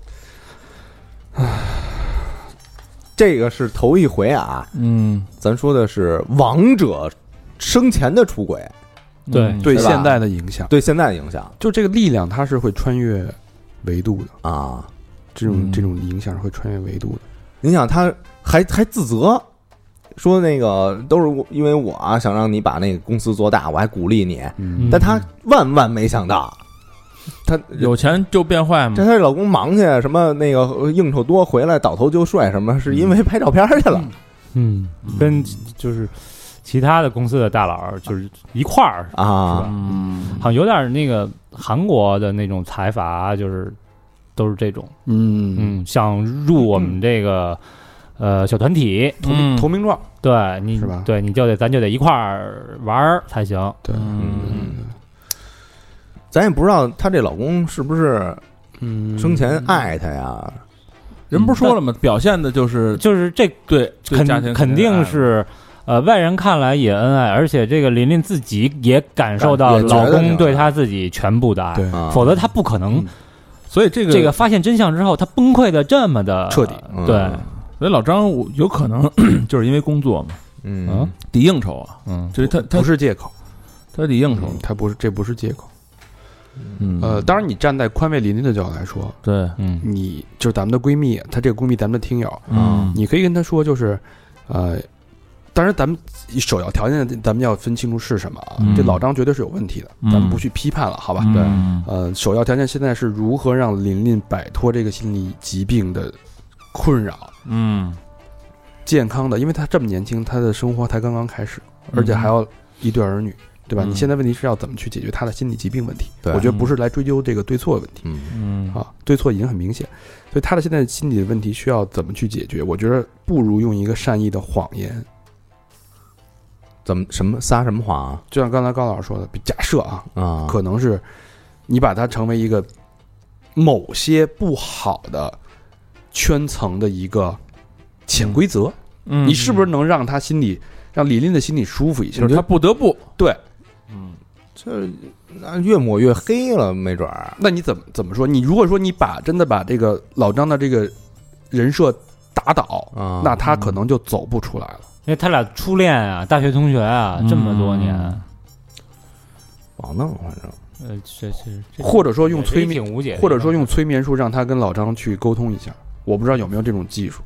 这个是头一回啊。咱说的是亡者生前的出轨， 对现在的影响， 对现在的影响， 就这个力量它是会穿越维度的啊， 这种影响是会穿越维度的。 你想他还自责，说那个都是因为我想让你把那个公司做大，我还鼓励你，但他万没想到。他有钱就变坏吗？ 这她老公忙去，什么那个应酬多回来倒头就睡，什么是因为拍照片去了？ 跟就是其他的公司的大佬就是一块儿啊，是吧？好像有点那个韩国的那种财阀，就是都是这种，想入我们这个小团体投名状， 对你是吧？ 对，咱就得一块儿玩才行， 对， 咱也不知道她这老公是不是生前爱她呀？ 人不是说了吗？表现的就是这对， 肯定是外人看来也恩爱，而且这个琳琳自己也感受到老公对她自己全部的爱，否则她不可能。 所以这个发现真相之后，她崩溃的这么的彻底。 对， 所以老张有可能就是因为工作嘛，得应酬啊，就是他不是借口， 他得应酬， 这不是借口。当然，你站在宽慰琳琳的角度来说， 对， 你就是咱们的闺蜜，她这个闺蜜，咱们的听友，你可以跟她说，就是，当然咱们首要条件，咱们要分清楚是什么啊。这老张绝对是有问题的，咱们不去批判了，好吧？ 对， 首要条件现在是如何让琳琳摆脱这个心理疾病的困扰，健康的，因为她这么年轻，她的生活才刚刚开始，而且还要一对儿女。对吧？你现在问题是要怎么去解决他的心理疾病问题？我觉得不是来追究这个对错问题，对错已经很明显，所以他的现在心理的问题需要怎么去解决？我觉得不如用一个善意的谎言。 撒什么谎啊？ 就像刚才高老师说的，假设可能是你把它成为一个某些不好的圈层的一个潜规则，你是不是能让他心里让琳琳的心里舒服一些？ 就是他不得不对。 这越抹越黑了，没准儿。 那你怎么说？你如果说你真的把这个老张的这个人设打倒，那他可能就走不出来了。 因为他俩初恋啊，大学同学啊，这么多年， 不好弄，反正或者说用催眠， 挺无解， 或者说用催眠术让他跟老张去沟通一下。我不知道有没有这种技术。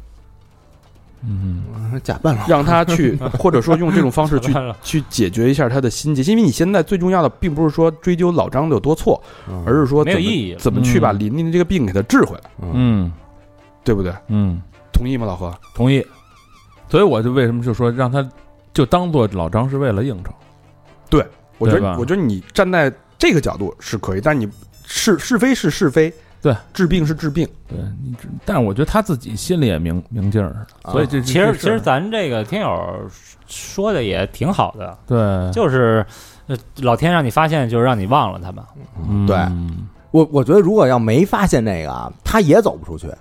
假扮了， 让他去，或者说用这种方式去解决一下他的心结，因为你现在最重要的并不是说追究老张的有多错，而是说没有意义， 怎么去把琳琳的这个病给他治回来，对不对？同意吗，老何？ 同意。所以我就为什么就说让他就当做老张是为了应酬。 对，我觉得你站在这个角度是可以，但你是非是是非。对，治病是治病， 对，但是我觉得他自己心里也明镜儿，所以其实咱这个听友说的也挺好的， 对， 就是老天让你发现，就是让你忘了他们。 对，我觉得如果要没发现这个，他也走不出去。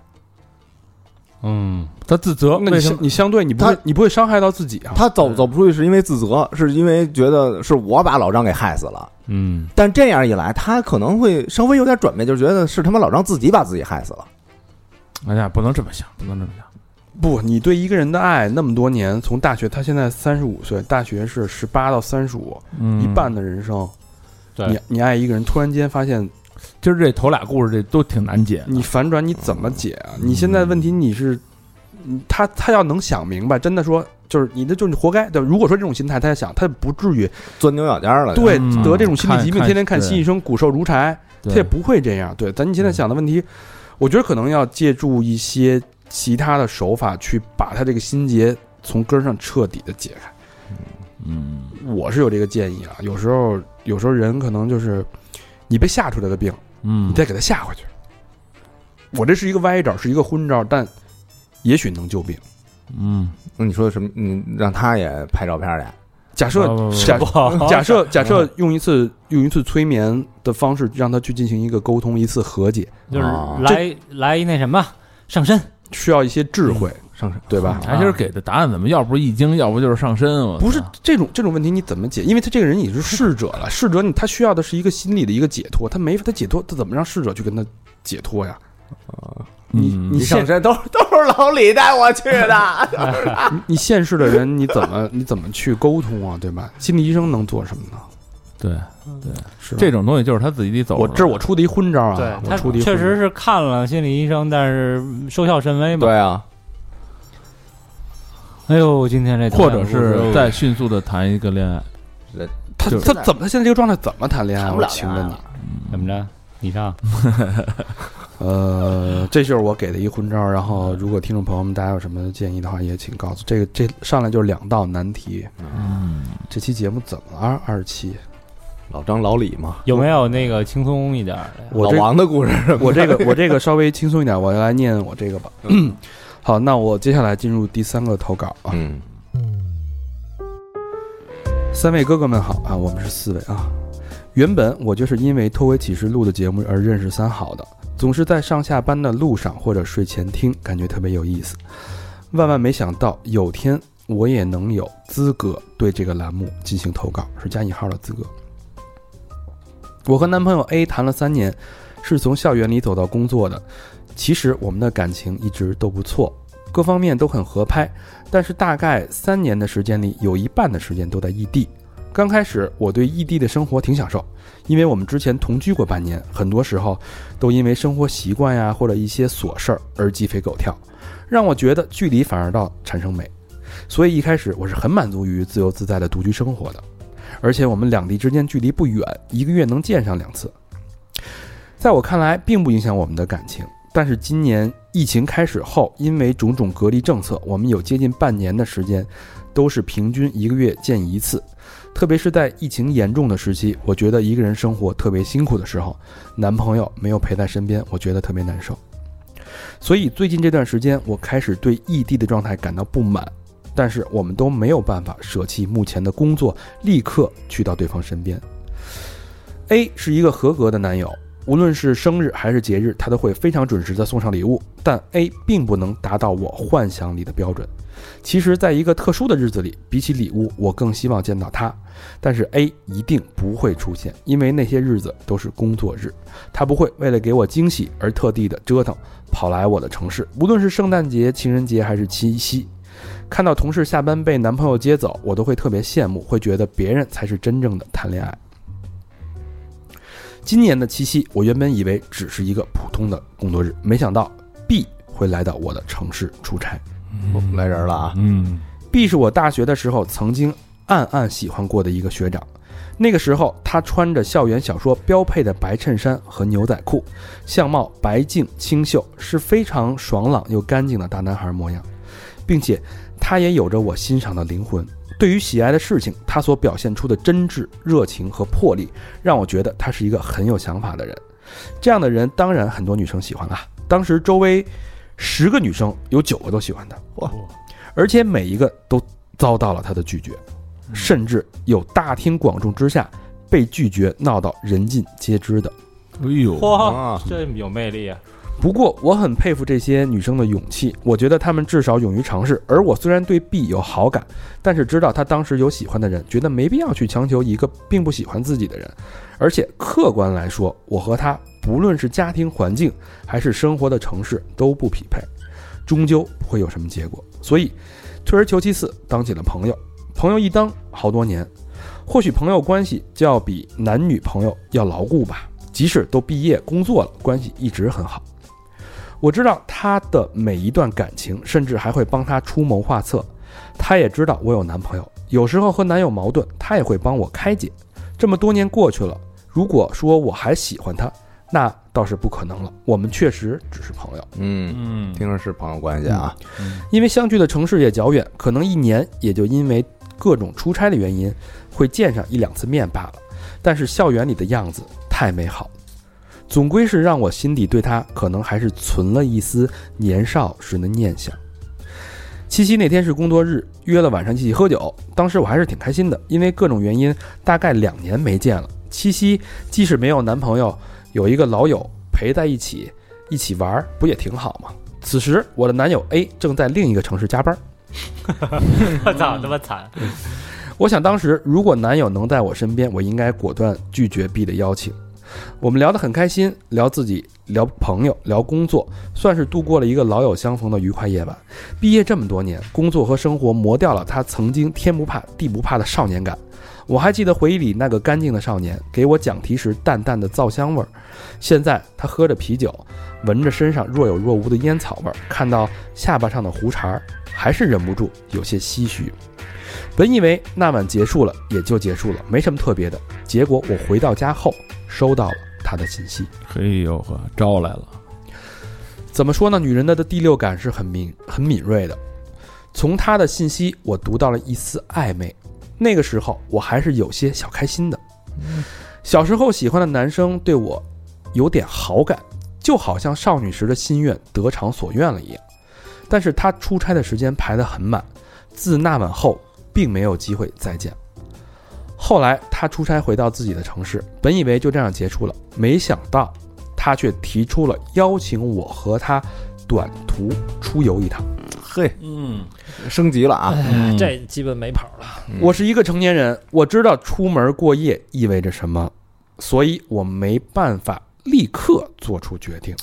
他自责， 那你相对你不会伤害到自己啊？ 他走不出去是因为自责，是因为觉得是我把老张给害死了。但这样一来，他可能会稍微有点转变，就觉得是他妈老张自己把自己害死了。 哎呀，不能这么想。 不，你对一个人的爱那么多年，从大学，他现在35岁，大学是18到35，一半的人生。你爱一个人，突然间发现， 今儿这头俩故事这都挺难解。 你反转你怎么解啊？你现在问题你是，他要能想明白，真的说就是你的就是你活该。对，如果说这种心态，他想他不至于钻牛角尖了。 对，得这种心理疾病，天天看心医生，骨瘦如柴，他也不会这样。对，咱你现在想的问题，我觉得可能要借助一些其他的手法去把他这个心结从根上彻底的解开。我是有这个建议啊。有时候人可能就是你被吓出来的病，你再给他吓回去。我这是一个歪招，是一个昏招，但也许能救病。 那你说什么？你让他也拍照片去？ 假设用一次催眠的方式让他去进行一个沟通，一次和解， 就是来那什么上身， 需要一些智慧上身， 对吧？ 他今儿给的答案怎么要不易经，要不就是上身？ 不是这种问题你怎么解？因为他这个人已经是逝者了，逝者他需要的是一个心理的一个解脱，他没法解脱，他怎么让逝者去跟他解脱呀？你上身都是老李带我去的。 你现世的人，你怎么去沟通啊？对吧？心理医生能做什么呢？ 对，是这种东西就是他自己得走。 我出的一昏招啊！ 对，他确实是看了心理医生，但是收效甚微嘛。 对啊。 哎呦，今天这或者是再迅速的谈一个恋爱， 他现在这个状态怎么谈恋爱？我请问你， 怎么着？你上。 这就是我给的一昏招。然后，如果听众朋友们大家有什么建议的话，也请告诉这上来就是2道难题。这期节目怎么了？27， 老张老李嘛， 有没有那个轻松一点的？ 老王的故事， 我这个稍微轻松一点，我来念我这个吧。好，那我接下来进入第3个投稿啊。3位哥哥们好啊，我们是4位啊。原本我就是因为偷窥启示录的节目而认识3好的，总是在上下班的路上或者睡前听，感觉特别有意思。万没想到有天我也能有资格对这个栏目进行投稿，是加引号的资格。我和男朋友 A 谈了3年，是从校园里走到工作的。其实我们的感情一直都不错，各方面都很合拍，但是大概3年的时间里，有一半的时间都在异地。刚开始我对异地的生活挺享受，因为我们之前同居过半年，很多时候都因为生活习惯呀或者一些琐事儿而鸡飞狗跳，让我觉得距离反而倒产生美。所以一开始我是很满足于自由自在的独居生活的，而且我们2地之间距离不远，1个月能见上2次。在我看来并不影响我们的感情，但是今年疫情开始后，因为种种隔离政策，我们有接近半年的时间都是平均1个月见1次。特别是在疫情严重的时期，我觉得一个人生活特别辛苦的时候，男朋友没有陪在身边，我觉得特别难受。所以最近这段时间，我开始对异地的状态感到不满，但是我们都没有办法舍弃目前的工作，立刻去到对方身边。A 是一个合格的男友，无论是生日还是节日，他都会非常准时的送上礼物，但 A 并不能达到我幻想里的标准。其实在一个特殊的日子里，比起礼物我更希望见到他，但是 A 一定不会出现，因为那些日子都是工作日，他不会为了给我惊喜而特地的折腾跑来我的城市，无论是圣诞节、情人节还是七夕。看到同事下班被男朋友接走，我都会特别羡慕，会觉得别人才是真正的谈恋爱。今年的七夕，我原本以为只是一个普通的工作日，没想到 B 会来到我的城市出差。 来人了啊 ！B 是我大学的时候曾经暗暗喜欢过的一个学长，那个时候他穿着校园小说标配的白衬衫和牛仔裤，相貌白净清秀，是非常爽朗又干净的大男孩模样，并且他也有着我欣赏的灵魂。对于喜爱的事情，他所表现出的真挚、热情和魄力，让我觉得他是一个很有想法的人。这样的人当然很多女生喜欢啊，当时周围10个女生有9个都喜欢他，而且每一个都遭到了他的拒绝，甚至有大庭广众之下被拒绝闹到人尽皆知的。 哎呦， 哇，这有魅力啊！ 不过我很佩服这些女生的勇气，我觉得她们至少勇于尝试。而我虽然对 B 有好感，但是知道他当时有喜欢的人，觉得没必要去强求一个并不喜欢自己的人。而且客观来说，我和他不论是家庭环境还是生活的城市都不匹配，终究不会有什么结果。所以退而求其次，当起了朋友。朋友一当好多年，或许朋友关系就要比男女朋友要牢固吧。即使都毕业工作了，关系一直很好。我知道他的每一段感情，甚至还会帮他出谋划策。他也知道我有男朋友，有时候和男友矛盾，他也会帮我开解。这么多年过去了，如果说我还喜欢他，那倒是不可能了。我们确实只是朋友。 听着是朋友关系啊。 因为相距的城市也较远，可能一年也就因为各种出差的原因会见上1-2次面罢了。但是校园里的样子太美好，总归是让我心底对他可能还是存了一丝年少时的念想。七夕那天是工作日，约了晚上一起喝酒。当时我还是挺开心的，因为各种原因大概2年没见了。七夕即使没有男朋友，有一个老友陪在一起玩，不也挺好吗？此时我的男友 A 正在另一个城市加班。 我操，这么惨！ 我想当时如果男友能在我身边，我应该果断拒绝 B 的邀请。我们聊得很开心，聊自己，聊朋友，聊工作，算是度过了一个老友相逢的愉快夜晚。毕业这么多年，工作和生活磨掉了他曾经天不怕地不怕的少年感。我还记得回忆里那个干净的少年，给我讲题时淡淡的皂香味儿。现在他喝着啤酒，闻着身上若有若无的烟草味儿，看到下巴上的胡茬，还是忍不住有些唏嘘。本以为那晚结束了也就结束了，没什么特别的。结果我回到家后收到了他的信息。 嘿呦呵，招来了。 怎么说呢？女人的第六感是很敏锐的。从他的信息我读到了一丝暧昧。那个时候我还是有些小开心的。小时候喜欢的男生对我有点好感，就好像少女时的心愿得偿所愿了一样。但是他出差的时间排得很满，自那晚后并没有机会再见。后来他出差回到自己的城市，本以为就这样结束了，没想到他却提出了邀请我和他短途出游一趟。 嘿，升级了啊！ 这基本没跑了。 我是一个成年人，我知道出门过夜意味着什么，所以我没办法立刻做出决定。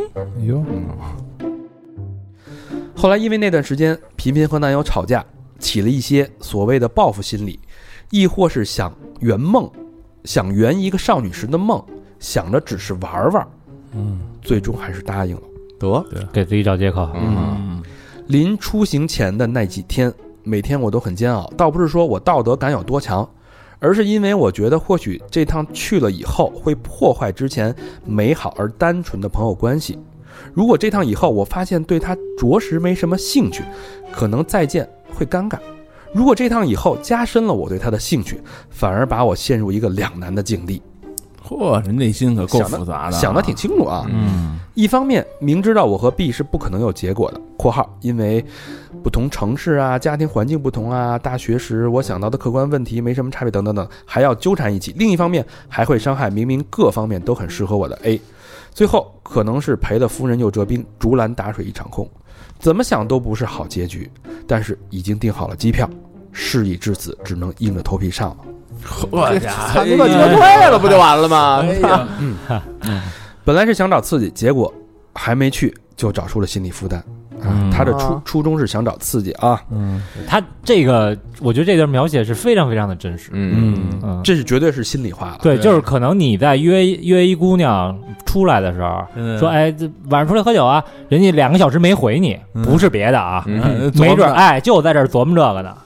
后来因为那段时间频频和男友吵架，起了一些所谓的报复心理，亦或是想圆一个少女时的梦，想着只是玩玩，最终还是答应了。 得给自己找借口。 临出行前的那几天，每天我都很煎熬，倒不是说我道德感有多强，而是因为我觉得或许这趟去了以后会破坏之前美好而单纯的朋友关系。如果这趟以后我发现对他着实没什么兴趣，可能再见会尴尬。如果这趟以后加深了我对他的兴趣，反而把我陷入一个两难的境地。 嚯，这内心可够复杂的， 想得挺清楚啊。一方面明知道我和 B 是不可能有结果的（括号因为不同城市啊、家庭环境不同啊、大学时我想到的客观问题没什么差别等等等，还要纠缠一起），另一方面还会伤害明明各方面都很适合我的 A， 最后可能是赔了夫人又折兵，竹篮打水一场空。怎么想都不是好结局，但是已经订好了机票，事已至此，只能硬着头皮上了。 我家他就把车退了不就完了吗？ 本来是想找刺激，结果还没去就找出了心理负担。他的初衷是想找刺激啊。 他这个我觉得这段描写是非常非常的真实。 这是绝对是心里话了。 对，就是可能你在约一姑娘出来的时候，说哎，晚上出来喝酒啊，人家2个小时没回你，不是别的啊，没准哎就在这儿琢磨这个呢。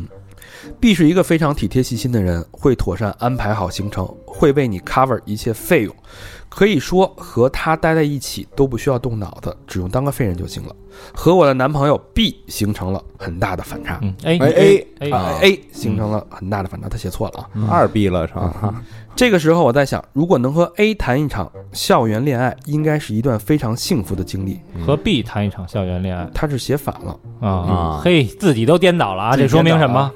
B 是一个非常体贴细心的人，会妥善安排好行程，会为你 cover 一切费用。可以说和他待在一起都不需要动脑子，只用当个废人就行了。和我的男朋友 B 形成了很大的反差。A 形成了很大的反差，他写错了啊 ，2B 了是吧？ 这个时候我在想，如果能和 A 谈一场校园恋爱，应该是一段非常幸福的经历。 和 B 谈一场校园恋爱， 他是写反了嘿，自己都颠倒了啊！这说明什么？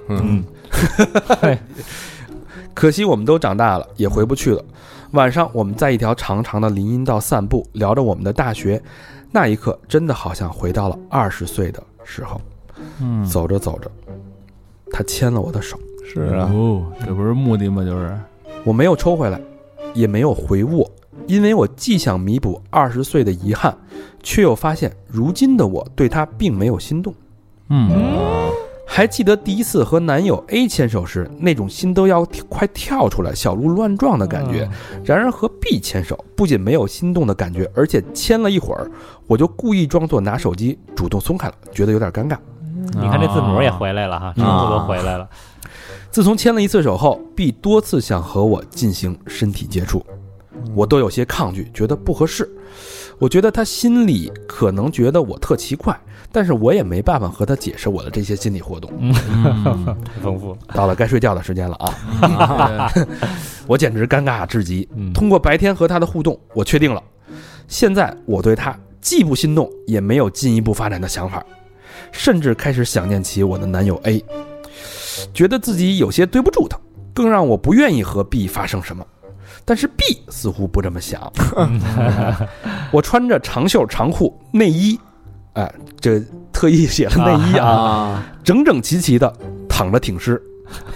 可惜我们都长大了，也回不去了。晚上我们在一条长长的林荫道散步，聊着我们的大学。那一刻真的好像回到了20岁的时候。走着走着，他牵了我的手。 是啊， 这不是目的吗？就是我没有抽回来，也没有回握， 因为我既想弥补20岁的遗憾，却又发现如今的我对他并没有心动。还记得第一次和男友 A 牵手时，那种心都要快跳出来、小鹿乱撞的感觉。然而和 B 牵手，不仅没有心动的感觉，而且牵了一会儿，我就故意装作拿手机，主动松开了，觉得有点尴尬。 你看这字母也回来了哈，字母都回来了。 自从牵了一次手后 ，B 多次想和我进行身体接触，我都有些抗拒，觉得不合适。我觉得他心里可能觉得我特奇怪，但是我也没办法和他解释我的这些心理活动。 太丰富了。 到了该睡觉的时间了啊！我简直尴尬至极。通过白天和他的互动，我确定了，现在我对他既不心动，也没有进一步发展的想法，甚至开始想念起我的男友 A， 觉得自己有些对不住他，更让我不愿意和 B 发生什么。但是 B 似乎不这么想。我穿着长袖长裤内衣，这特意写了内衣啊，整整齐齐的躺着挺尸。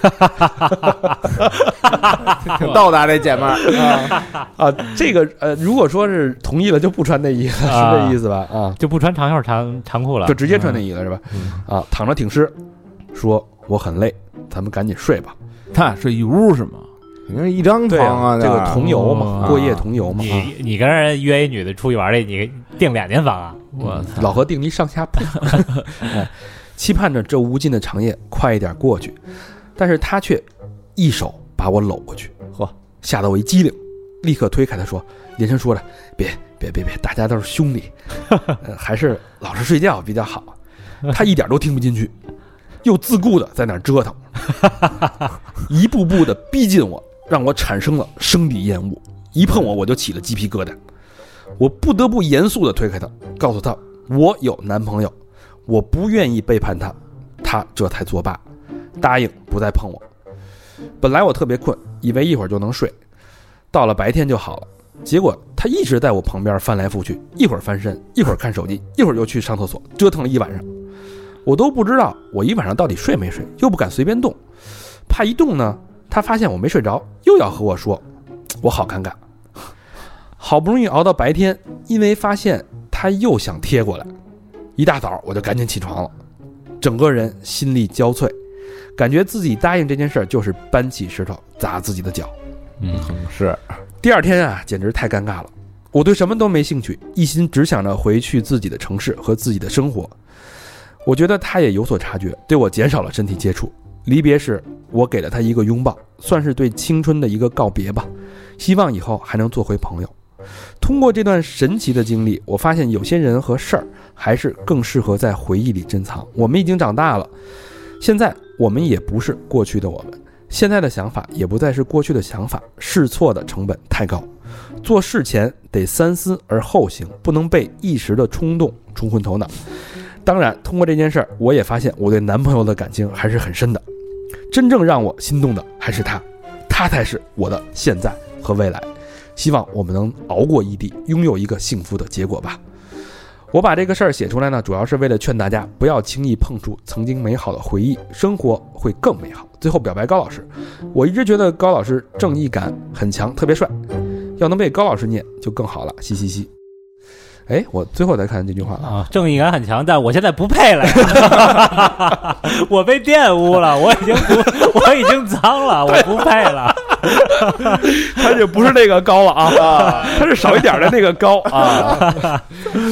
挺逗的这姐们儿啊，这个如果说是同意了就不穿内衣了，是这意思吧？啊， 就不穿长袖长裤了， 就直接穿内衣了是吧？啊，躺着挺尸，说我很累，咱们赶紧睡吧。 他俩睡一屋是吗？ 肯定是一张床啊， 这个同游嘛，过夜同游嘛。 你跟人约一女的出去玩去，你订2间房啊？ 我老何订一上下铺。期盼着这无尽的长夜快一点过去，但是他却一手把我搂过去，吓得我一激灵，立刻推开他说，连声说着别，大家都是兄弟，还是老实睡觉比较好。他一点都听不进去，又自顾的在那儿折腾，一步步的逼近我，让我产生了生理厌恶，一碰我就起了鸡皮疙瘩。我不得不严肃的推开他，告诉他我有男朋友，我不愿意背叛他，他这才作罢，答应不再碰我。本来我特别困，以为一会儿就能睡，到了白天就好了，结果他一直在我旁边翻来覆去，一会儿翻身，一会儿看手机，一会儿又去上厕所，折腾了一晚上。我都不知道我一晚上到底睡没睡，又不敢随便动，怕一动呢，他发现我没睡着，又要和我说，我好尴尬。好不容易熬到白天，因为发现他又想贴过来，一大早我就赶紧起床了，整个人心力交瘁，感觉自己答应这件事就是搬起石头砸自己的脚。 是。 第二天啊，简直太尴尬了，我对什么都没兴趣，一心只想着回去自己的城市和自己的生活。我觉得他也有所察觉，对我减少了身体接触。离别时，我给了他一个拥抱，算是对青春的一个告别吧，希望以后还能做回朋友。通过这段神奇的经历，我发现有些人和事儿还是更适合在回忆里珍藏。我们已经长大了，现在我们也不是过去的我们，现在的想法也不再是过去的想法，试错的成本太高，做事前得三思而后行，不能被一时的冲动冲昏头脑。当然，通过这件事儿，我也发现我对男朋友的感情还是很深的，真正让我心动的还是他，他才是我的现在和未来。希望我们能熬过异地，拥有一个幸福的结果吧。我把这个事儿写出来呢，主要是为了劝大家不要轻易碰触曾经美好的回忆，生活会更美好。最后表白高老师，我一直觉得高老师正义感很强，特别帅，要能被高老师念就更好了，嘻嘻嘻。哎，我最后再看这句话啊， 正义感很强，但我现在不配了呀，我被玷污了，我已经脏了，我不配了。 他就不是那个高了啊，他是少一点的那个高啊。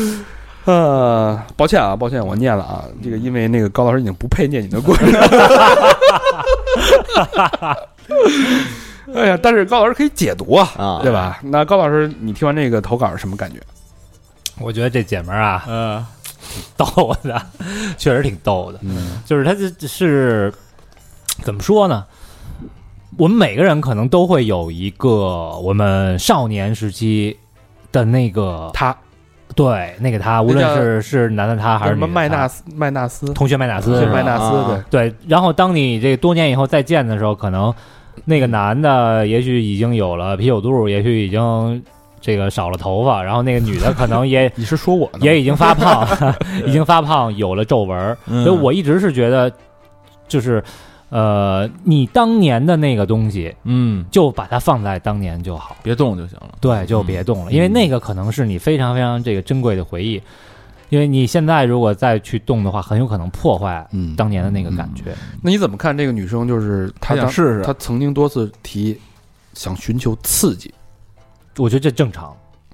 抱歉，我念了啊，这个因为那个高老师已经不配念你的故事。哎呀，但是高老师可以解读啊，对吧？那高老师，你听完这个投稿什么感觉？ 我觉得这姐们儿啊，挺逗的，确实挺逗的。就是她是怎么说呢？我们每个人可能都会有一个我们少年时期的那个他， 对，那个他，无论是男的他还是什么麦纳斯同学麦纳斯，对。然后当你这多年以后再见的时候，可能那个男的也许已经有了啤酒肚，也许已经这个少了头发，然后那个女的可能也你是说我呢？ 也已经发胖，有了皱纹。所以我一直是觉得，就是你当年的那个东西，就把它放在当年就好， 别动就行了。 对，就别动了，因为那个可能是你非常非常这个珍贵的回忆。因为你现在如果再去动的话，很有可能破坏当年的那个感觉。 那你怎么看这个女生？就是她想试试， 她曾经多次提想寻求刺激， 我觉得这正常，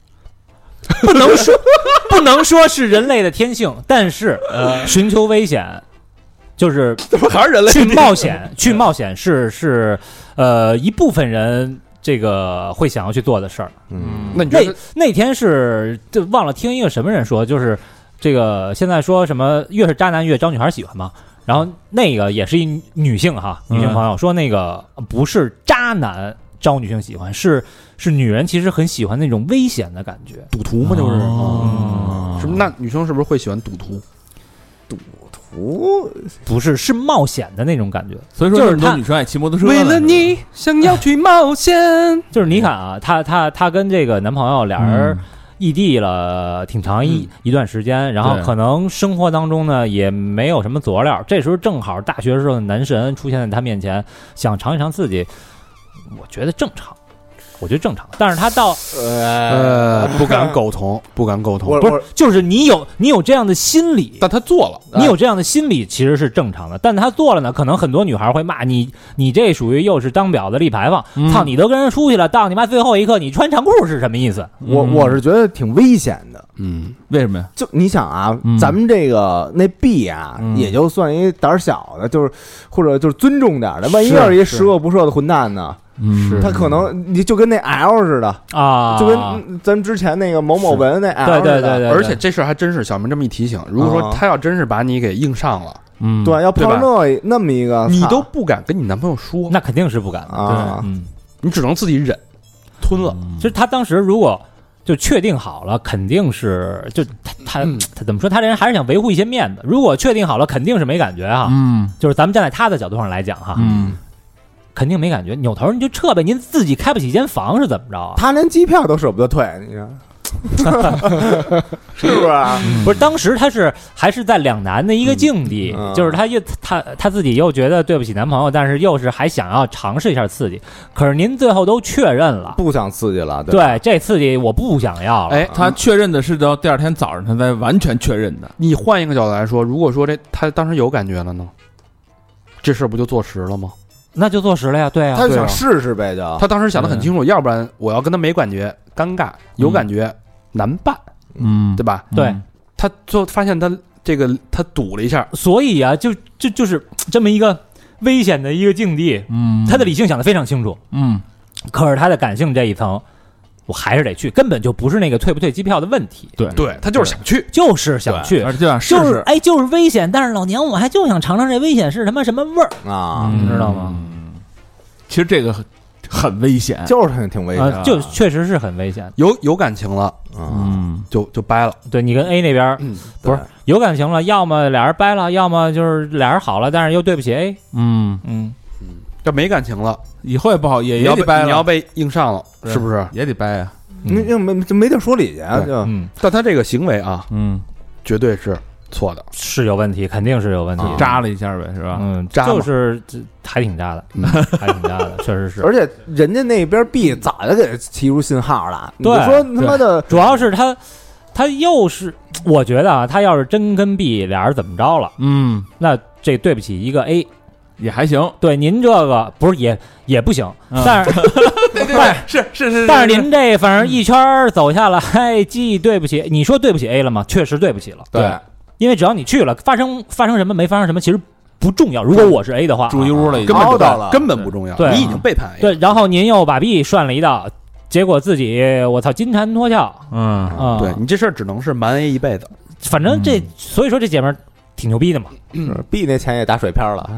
不能说是人类的天性，但是寻求危险，就是怎么还是人类去冒险是一部分人这个会想要去做的事儿。 那你觉得那天是就忘了听一个什么人说，就是这个现在说什么越是渣男越招女孩喜欢嘛，然后那个也是一女性朋友说，那个不是渣男招女性喜欢，是女人其实很喜欢那种危险的感觉， 赌徒嘛，就是是不是？那女生是不是会喜欢赌徒？ 赌徒不是冒险的那种感觉， 所以说就是女生爱骑摩托车， 为了你想要去冒险。 就是你看啊，她跟这个男朋友俩人异地了挺长一段时间，然后可能生活当中呢也没有什么佐料，这时候正好大学时候的男神出现在她面前，想尝一尝刺激，我觉得正常。但是他到不敢苟同，不是，就是你有这样的心理， 但他做了， 你有这样的心理其实是正常的，但他做了呢，可能很多女孩会骂你这属于又是当婊子立牌坊，操，你都跟人出去了，到你妈最后一刻你穿长裤是什么意思？ 我是觉得挺危险的， 为什么呀？ 就你想啊，咱们这个那 B 啊，也就算一胆小的，就是或者就是尊重点的，万一要是一十恶不赦的混蛋呢？他可能你就跟那 L 似的啊，就跟咱之前那个某某文那 L 似的。 对， 而且这事儿还真是小明这么一提醒，如果说他要真是把你给硬上了， 对，要碰那么一个， 你都不敢跟你男朋友说， 那肯定是不敢的啊。 你只能自己忍吞了。 其实他当时如果就确定好了，肯定是就他怎么说？他这人还是想维护一些面子。如果确定好了，肯定是没感觉哈。就是咱们站在他的角度上来讲哈。肯定没感觉，扭头你就撤呗，您自己开不起间房是怎么着啊？ 他连机票都舍不得退，你看，是不是？ 不是，当时他还是在两难的一个境地，就是他自己又觉得对不起男朋友，但是又是还想要尝试一下刺激，可是您最后都确认了， 不想刺激了， 对，这刺激我不想要了。 他确认的是到第二天早上他才完全确认的。 你换一个角度来说，如果说他当时有感觉了呢，这事不就坐实了吗？ 那就坐实了呀，对啊， 他就想试试呗，就他当时想得很清楚，要不然我要跟他没感觉，尴尬；有感觉难办，对吧？ 对， 他最后发现他赌了一下， 所以啊，就是这么一个危险的一个境地，他的理性想得非常清楚，可是他的感性这一层，我还是得去，根本就不是那个退不退机票的问题， 对，他就是想去， 就是想去， 而且就想试试， 就是危险，但是老娘我还就想尝尝这危险是他妈什么味儿啊，你知道吗？ 其实这个很危险， 就是挺危险， 就确实是很危险。 有感情了，就掰了。 对，你跟 A 那边，不是有感情了，要么俩人掰了，要么就是俩人好了，但是又对不起 A。 这没感情了， 以后也不好，也得掰了。 你要被硬上了，是不是也得掰啊？ 没地儿说理去啊！就， 但他这个行为啊，绝对是错的， 是有问题，肯定是有问题， 扎了一下呗，是吧？ 就是还挺扎的，还挺扎的，确实是。 而且人家那边 B 早就给提出信号了，你说他妈的， 主要是他又是，我觉得啊，他要是真跟 B 俩人怎么着了，那这对不起一个 A 也还行。 对，您这个不是也不行，但是是， 但是您这反正一圈走下来，既对不起，你说对不起 A 了吗？确实对不起了， 对。 因为只要你去了，发生什么没发生什么，其实不重要。如果我是 A 的话， 住一屋了， 根本不重要。 对， 你已经背叛 A。 对，然后您又把 B 涮了一道，结果自己我操金蝉脱壳。 对你这事儿只能是瞒 A 一辈子。 反正所以说这姐们儿挺牛逼的嘛。 B 那钱也打水漂了。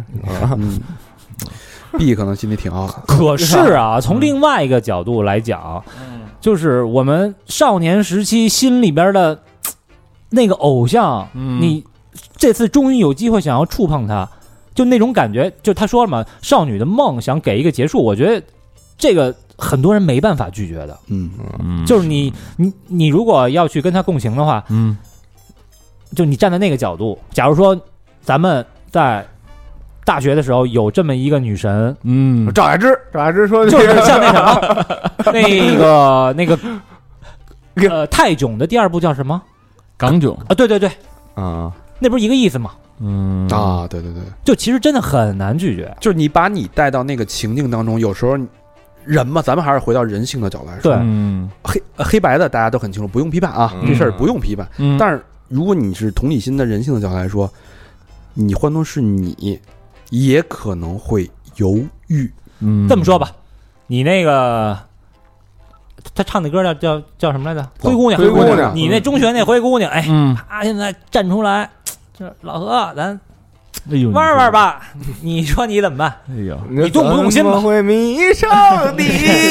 B 可能心里挺傲的。 可是啊，从另外一个角度来讲，就是我们少年时期心里边的。那个偶像，你这次终于有机会想要触碰他，就那种感觉，就他说了嘛，少女的梦想给一个结束，我觉得这个很多人没办法拒绝的，就是你如果要去跟他共情的话，就你站在那个角度，假如说咱们在大学的时候有这么一个女神， 赵雅芝说就是像那什么那个泰囧的第2部叫什么？ 港囧啊，对啊， 那不是一个意思吗？ 对， 就其实真的很难拒绝， 就是你把你带到那个情境当中，有时候人嘛，咱们还是回到人性的角度来说， 对， 黑白的大家都很清楚，不用批判啊，这事儿不用批判。但是如果你是同理心的人性的角度来说，你换作是你，也可能会犹豫。 这么说吧，你那个他唱的歌叫什么来着？灰姑娘。你那中学那灰姑娘，他现在站出来，这老何，咱玩玩吧。你说你怎么办？ 哎呦， 你动不动心吧？ 会迷上你，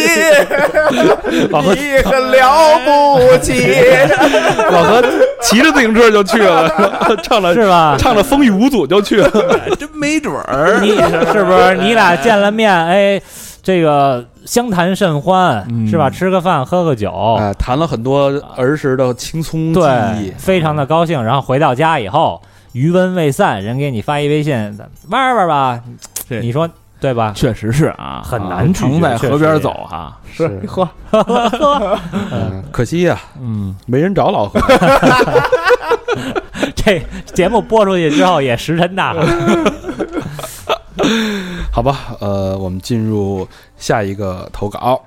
你很了不起。 老何骑着自行车就去了，唱了是吧？ 唱了风雨无阻就去了， 真没准儿。 你是不是你俩见了面？哎，这个相谈甚欢，是吧？吃个饭，喝个酒， 谈了很多儿时的青葱记忆， 非常的高兴。然后回到家以后，余温未散，人给你发一微信，玩玩吧。你说对吧？ 确实是啊， 很难常在河边走哈。 是喝， 可惜呀，没人找老何。 这节目播出去之后也石沉大海。 好吧，我们进入下一个投稿。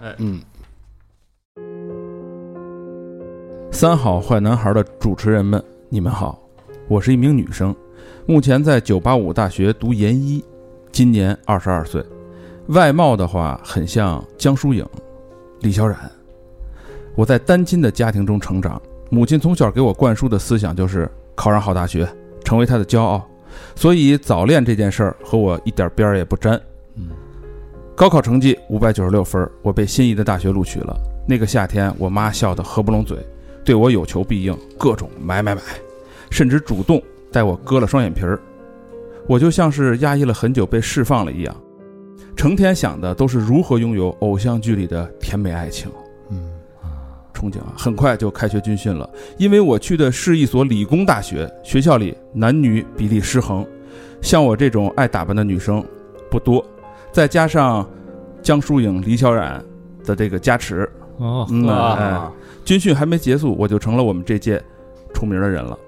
三好坏男孩的主持人们，你们好，我是一名女生，目前在985大学读研一，今年22岁，外貌的话很像江疏影、李小冉。我在单亲的家庭中成长，母亲从小给我灌输的思想就是考上好大学，成为她的骄傲，所以早恋这件事儿和我一点边儿也不沾。高考成绩596分，我被心仪的大学录取了。那个夏天，我妈笑得合不拢嘴，对我有求必应，各种买，甚至主动带我割了双眼皮儿。我就像是压抑了很久被释放了一样，成天想的都是如何拥有偶像剧里的甜美爱情。憧憬啊，很快就开学军训了，因为我去的是一所理工大学，学校里男女比例失衡，像我这种爱打扮的女生不多，再加上江疏影、李小冉的这个加持，军训还没结束，我就成了我们这届出名的人了。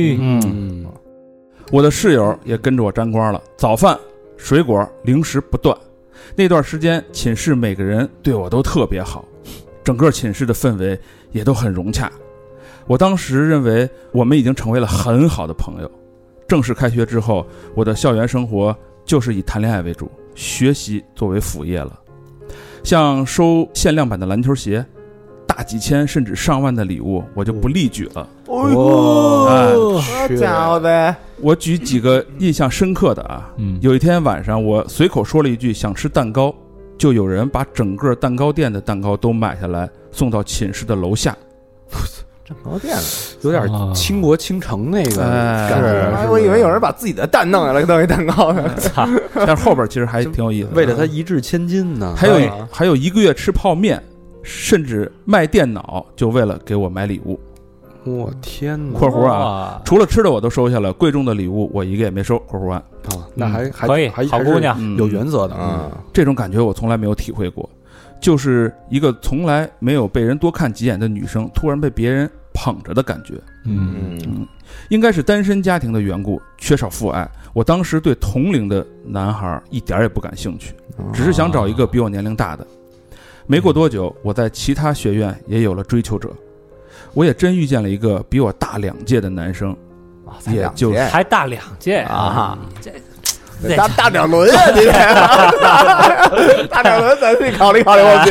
我的室友也跟着我沾光了，早饭、水果、零食不断。那段时间，寝室每个人对我都特别好，整个寝室的氛围也都很融洽。我当时认为我们已经成为了很好的朋友。正式开学之后，我的校园生活就是以谈恋爱为主，学习作为辅业了。像收限量版的篮球鞋，大几千甚至上万的礼物，我就不例举了。 家伙的！ 我举几个印象深刻的啊。有一天晚上，我随口说了一句想吃蛋糕，就有人把整个蛋糕店的蛋糕都买下来，送到寝室的楼下。 蛋糕店有点倾国倾城那个感觉， 我以为有人把自己的蛋弄下来当一蛋糕呢。 但是后边其实还挺有意思的， 为了他一掷千金呢。 还有1个月吃泡面，甚至卖电脑，就为了给我买礼物。 我天哪！ 括弧啊，除了吃的我都收下了，贵重的礼物我一个也没收。括弧完那还可以，好姑娘， 有原则的这种感觉我从来没有体会过，就是一个从来没有被人多看几眼的女生，突然被别人捧着的感觉。应该是单身家庭的缘故，缺少父爱。我当时对同龄的男孩一点也不感兴趣，只是想找一个比我年龄大的。没过多久，我在其他学院也有了追求者，我也真遇见了一个比我大2届的男生，也就是还大2届啊！ 这大2轮啊！你大2轮，咱得考虑考虑我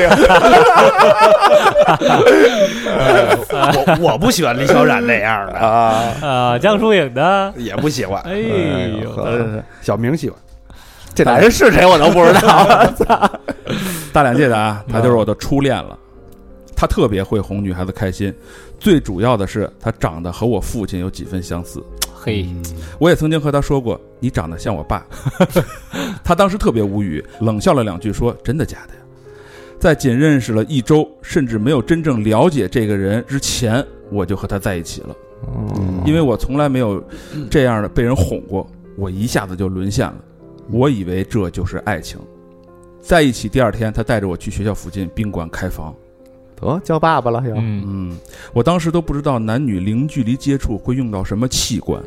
我不喜欢李小冉那样的江疏影的也不喜欢。 哎呦， 小明喜欢。 这俩人是谁我都不知道。 大2届的啊，他就是我的初恋了。他特别会哄女孩子开心，最主要的是他长得和我父亲有几分相似。我也曾经和他说过，你长得像我爸。他当时特别无语，冷笑了2句说，真的假的呀？在仅认识了1周，甚至没有真正了解这个人之前，我就和他在一起了。因为我从来没有这样的被人哄过，我一下子就沦陷了。 我以为这就是爱情。在一起第二天，他带着我去学校附近宾馆开房， 得叫爸爸了又。 我当时都不知道男女零距离接触会用到什么器官。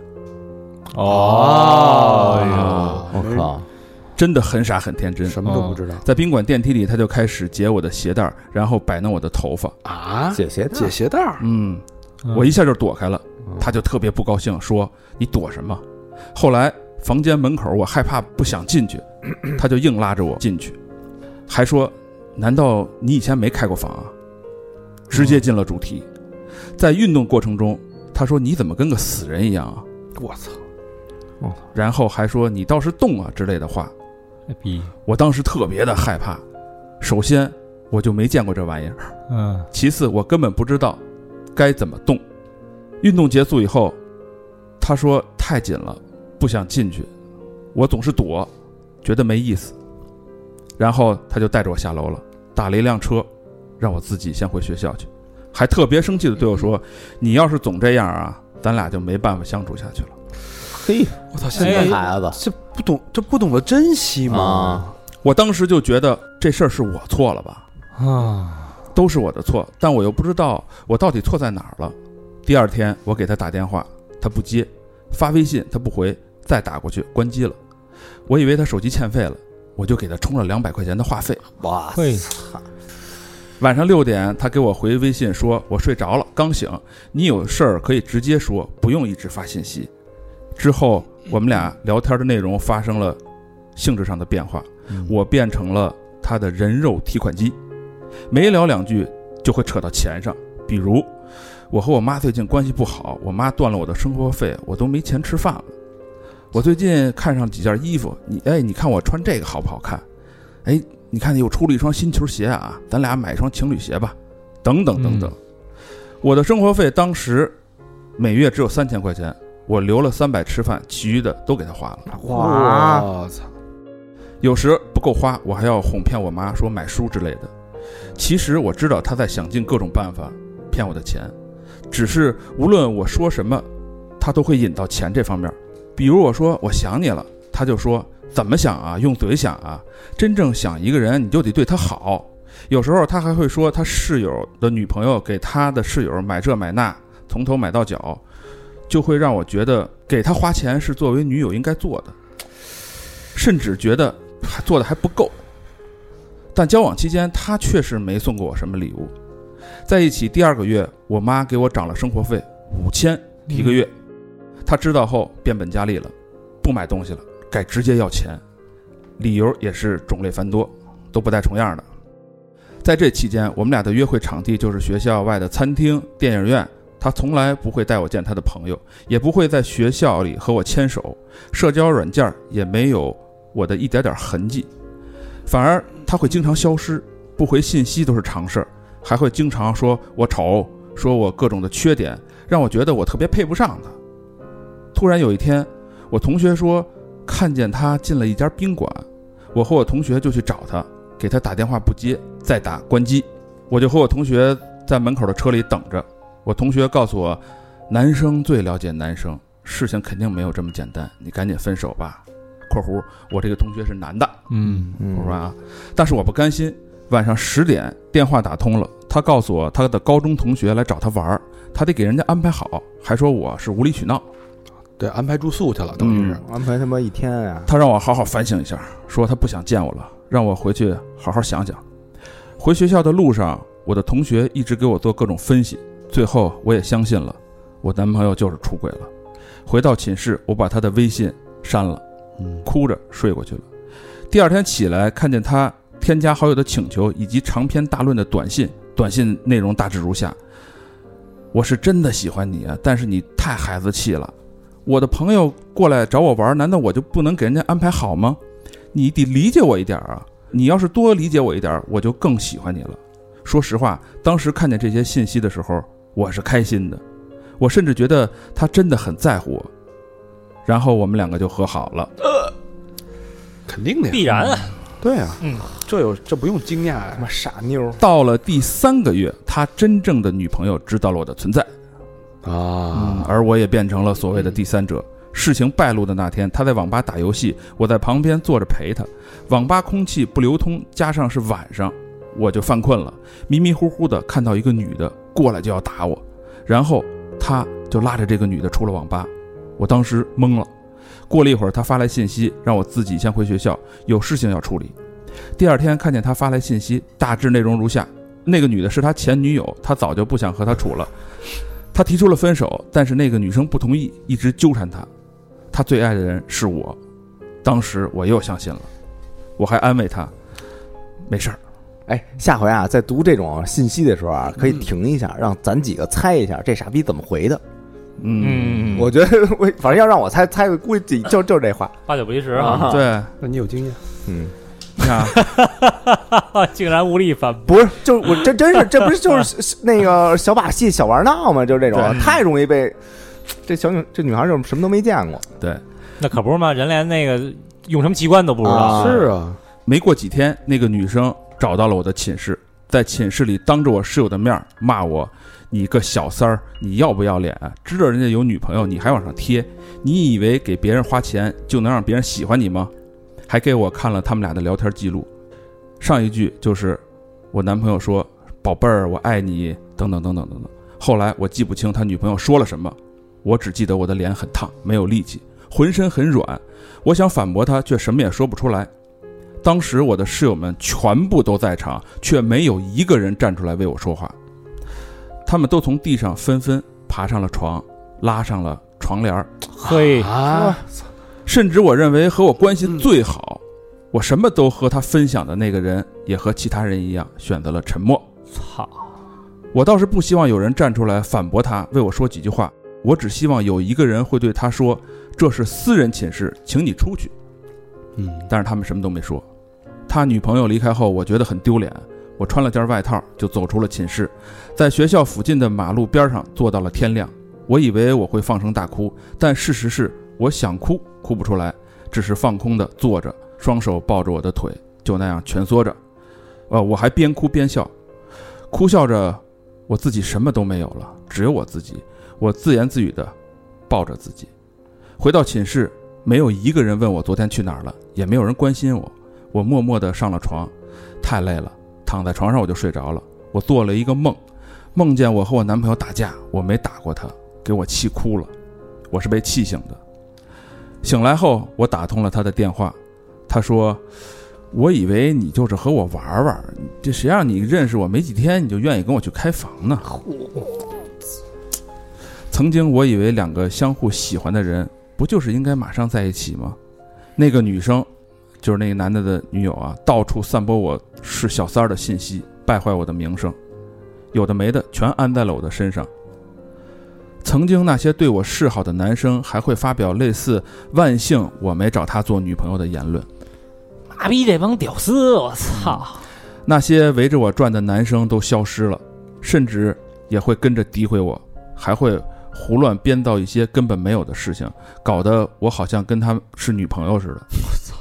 我靠， 真的很傻很天真， 什么都不知道。 在宾馆电梯里，他就开始解我的鞋带，然后摆弄我的头发啊， 解鞋带。 我一下就躲开了，他就特别不高兴，说你躲什么？后来房间门口我害怕不想进去，他就硬拉着我进去，还说难道你以前没开过房啊？直接进了主题。在运动过程中，他说你怎么跟个死人一样啊？ 我操！ 然后还说你倒是动啊之类的话。我当时特别的害怕，首先我就没见过这玩意儿，其次我根本不知道该怎么动。运动结束以后，他说太紧了，不想进去，我总是躲，觉得没意思。然后他就带着我下楼了，打了一辆车，让我自己先回学校去，还特别生气的对我说：“你要是总这样啊，咱俩就没办法相处下去了。” 嘿， 我操！ 现在孩子这不懂得珍惜吗？ 我当时就觉得这事儿是我错了吧？都是我的错，但我又不知道我到底错在哪儿了。第二天我给他打电话，他不接，发微信他不回，再打过去关机了。我以为他手机欠费了，我就给他充了200块钱的话费。 哇塞！晚上6点，他给我回微信说：“我睡着了，刚醒，你有事儿可以直接说，不用一直发信息。”之后我们俩聊天的内容发生了性质上的变化，我变成了他的人肉提款机，没聊2句就会扯到钱上。比如我和我妈最近关系不好，我妈断了我的生活费，我都没钱吃饭了。我最近看上几件衣服，你看我穿这个好不好看？你看你又出了一双新球鞋啊，咱俩买一双情侣鞋吧，等等等等。我的生活费当时每月只有3000块钱，我留了300吃饭，其余的都给他花了。 哇， 我操！ 有时不够花，我还要哄骗我妈说买书之类的。其实我知道他在想尽各种办法骗我的钱，只是无论我说什么，他都会引到钱这方面。比如我说我想你了，他就说怎么想啊，用嘴想啊，真正想一个人你就得对他好。有时候他还会说他室友的女朋友给他的室友买这买那，从头买到脚，就会让我觉得给他花钱是作为女友应该做的，甚至觉得做的还不够。但交往期间他确实没送过我什么礼物。在一起第2个月，我妈给我涨了生活费5000一个月，他知道后变本加厉了，不买东西了，改直接要钱，理由也是种类繁多，都不带重样的。在这期间，我们俩的约会场地就是学校外的餐厅、电影院，他从来不会带我见他的朋友，也不会在学校里和我牵手，社交软件也没有我的一点点痕迹，反而他会经常消失，不回信息都是常事儿，还会经常说我丑，说我各种的缺点，让我觉得我特别配不上他。突然有一天，我同学说看见他进了一家宾馆，我和我同学就去找他，给他打电话不接，再打关机。我就和我同学在门口的车里等着。我同学告诉我，男生最了解男生，事情肯定没有这么简单，你赶紧分手吧。括弧我这个同学是男的，我说啊，但是我不甘心。晚上10点电话打通了，他告诉我他的高中同学来找他玩，他得给人家安排好，还说我是无理取闹。 对，安排住宿去了，等于是安排他妈1天啊。 他让我好好反省一下，说他不想见我了，让我回去好好想想。回学校的路上，我的同学一直给我做各种分析，最后我也相信了，我男朋友就是出轨了。回到寝室，我把他的微信删了，哭着睡过去了。第2天起来，看见他添加好友的请求以及长篇大论的短信内容大致如下：我是真的喜欢你啊，但是你太孩子气了。我的朋友过来找我玩，难道我就不能给人家安排好吗？你得理解我一点啊！你要是多理解我一点，我就更喜欢你了。说实话，当时看见这些信息的时候，我是开心的，我甚至觉得他真的很在乎我。然后我们2个就和好了。 肯定的呀， 必然啊。 对啊， 这不用惊讶呀， 他妈傻妞。 到了第3个月，他真正的女朋友知道了我的存在啊， 而我也变成了所谓的第三者， 事情败露的那天，他在网吧打游戏，我在旁边坐着陪他。网吧空气不流通，加上是晚上，我就犯困了，迷迷糊糊的看到一个女的过来就要打我，然后他就拉着这个女的出了网吧。我当时懵了。过了一会儿，他发来信息让我自己先回学校，有事情要处理。第二天看见他发来信息，大致内容如下：那个女的是他前女友，他早就不想和他处了，他提出了分手，但是那个女生不同意，一直纠缠他。他最爱的人是我。当时我又相信了，我还安慰他没事儿。 哎，下回啊，在读这种信息的时候啊，可以停一下，让咱几个猜一下这傻逼怎么回的。我觉得反正要让我猜，估计就是这话， 八九不离十啊。 对， 那你有经验。 你看， 竟然无力反驳。 不是，就是我这不是就是那个小把戏、小玩闹吗？就是这种太容易被这女孩就什么都没见过。 对， 那可不是嘛，人连那个用什么机关都不知道。 是啊， 没过几天，那个女生找到了我的寝室，在寝室里当着我室友的面骂我：“你个小三儿，你要不要脸啊？知道人家有女朋友，你还往上贴？你以为给别人花钱就能让别人喜欢你吗？”还给我看了他们俩的聊天记录，上一句就是我男朋友说：“宝贝儿，我爱你，等等等等等等。”后来我记不清他女朋友说了什么，我只记得我的脸很烫，没有力气，浑身很软。我想反驳他，却什么也说不出来。当时我的室友们全部都在场，却没有一个人站出来为我说话。他们都从地上纷纷爬上了床，拉上了床帘。 嘿啊！ 甚至我认为和我关系最好，我什么都和他分享的那个人，也和其他人一样选择了沉默。 操！ 我倒是不希望有人站出来反驳他，为我说几句话，我只希望有一个人会对他说：“这是私人寝室，请你出去。”但是他们什么都没说。他女朋友离开后，我觉得很丢脸，我穿了件外套就走出了寝室，在学校附近的马路边上坐到了天亮。我以为我会放声大哭，但事实是我想哭哭不出来，只是放空的坐着，双手抱着我的腿，就那样蜷缩着。我还边哭边笑，哭笑着我自己什么都没有了，只有我自己。我自言自语的抱着自己。回到寝室，没有一个人问我昨天去哪儿了，也没有人关心我。我默默地上了床，太累了，躺在床上我就睡着了。我做了一个梦，梦见我和我男朋友打架，我没打过他，给我气哭了。我是被气醒的。醒来后，我打通了他的电话，他说：“我以为你就是和我玩玩，这谁让你认识我没几天你就愿意跟我去开房呢？”曾经我以为两个相互喜欢的人，不就是应该马上在一起吗？那个女生，就是那个男的的女友啊，到处散播我是小三儿的信息，败坏我的名声，有的没的全安在了我的身上。曾经那些对我示好的男生还会发表类似万幸我没找他做女朋友的言论。 妈逼这帮屌丝，我操！ 那些围着我转的男生都消失了，甚至也会跟着诋毁我，还会胡乱编造一些根本没有的事情，搞得我好像跟他是女朋友似的。 我操！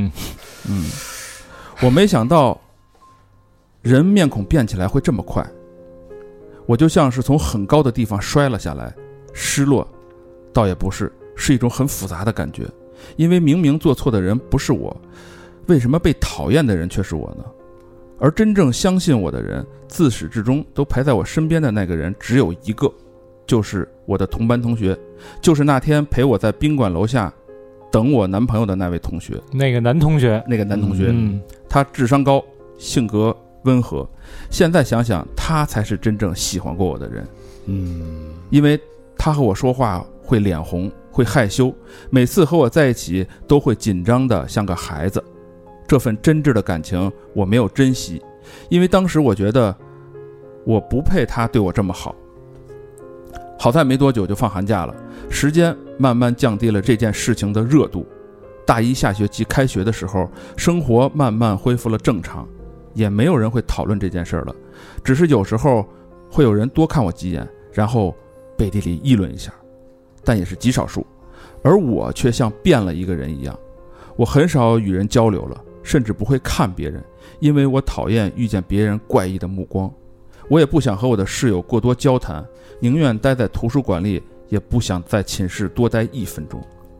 我没想到人面孔变起来会这么快。我就像是从很高的地方摔了下来，失落倒也不是，是一种很复杂的感觉。因为明明做错的人不是我，为什么被讨厌的人却是我呢？而真正相信我的人，自始至终都陪在我身边的那个人只有一个，就是我的同班同学，就是那天陪我在宾馆楼下等我男朋友的那位同学。 那个男同学， 他智商高，性格温和，现在想想他才是真正喜欢过我的人。因为他和我说话会脸红，会害羞，每次和我在一起都会紧张的像个孩子。这份真挚的感情我没有珍惜，因为当时我觉得我不配他对我这么好。好在没多久就放寒假了，时间慢慢降低了这件事情的热度。大一下学期开学的时候，生活慢慢恢复了正常，也没有人会讨论这件事了，只是有时候会有人多看我几眼，然后背地里议论一下，但也是极少数。而我却像变了一个人一样，我很少与人交流了，甚至不会看别人，因为我讨厌遇见别人怪异的目光。我也不想和我的室友过多交谈，宁愿待在图书馆里，也不想在寝室多待1分钟。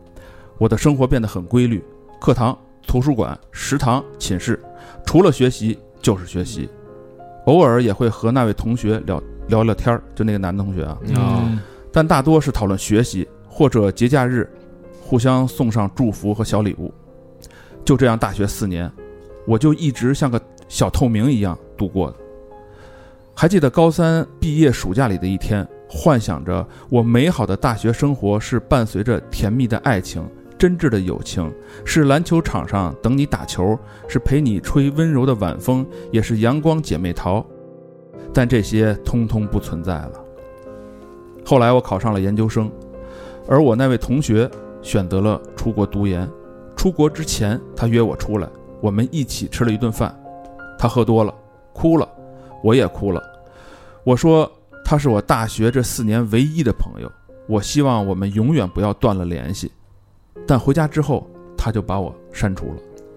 我的生活变得很规律，课堂、图书馆、食堂、寝室，除了学习就是学习，偶尔也会和那位同学聊聊天，就那个男同学啊，但大多是讨论学习或者节假日，互相送上祝福和小礼物。就这样，大学4年，我就一直像个小透明一样度过的。还记得高3毕业暑假里的一天，幻想着我美好的大学生活是伴随着甜蜜的爱情、真挚的友情，是篮球场上等你打球，是陪你吹温柔的晚风，也是阳光姐妹淘。但这些通通不存在了。后来我考上了研究生，而我那位同学选择了出国读研。出国之前，他约我出来，我们一起吃了一顿饭。他喝多了，哭了，我也哭了。我说他是我大学这4年唯一的朋友，我希望我们永远不要断了联系。但回家之后，他就把我删除了。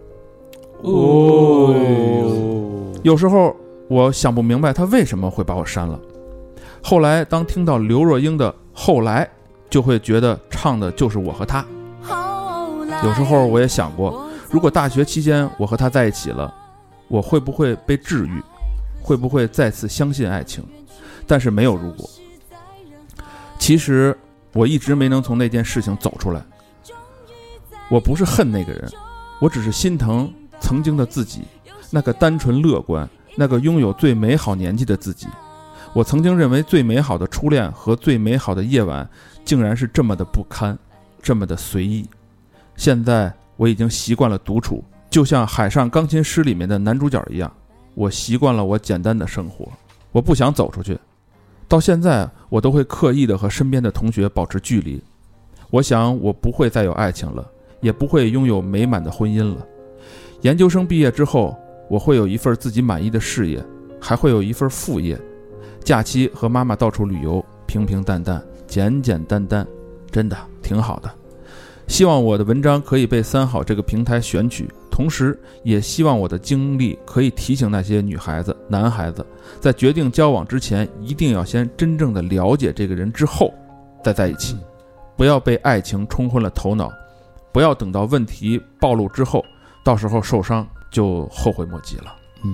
有时候我想不明白他为什么会把我删了。后来当听到刘若英的《后来》，就会觉得唱的就是我和他。有时候我也想过，如果大学期间我和他在一起了，我会不会被治愈，会不会再次相信爱情？但是没有如果。其实我一直没能从那件事情走出来。我不是恨那个人，我只是心疼曾经的自己，那个单纯乐观，那个拥有最美好年纪的自己。我曾经认为最美好的初恋和最美好的夜晚，竟然是这么的不堪，这么的随意。现在我已经习惯了独处，就像《海上钢琴师》里面的男主角一样，我习惯了我简单的生活，我不想走出去。到现在我都会刻意的和身边的同学保持距离。我想我不会再有爱情了，也不会拥有美满的婚姻了。研究生毕业之后，我会有一份自己满意的事业，还会有一份副业，假期和妈妈到处旅游，平平淡淡，简简单单，真的挺好的。希望我的文章可以被3好这个平台选取，同时也希望我的经历可以提醒那些女孩子、男孩子，在决定交往之前，一定要先真正的了解这个人之后再在一起，不要被爱情冲昏了头脑，不要等到问题暴露之后，到时候受伤就后悔莫及了。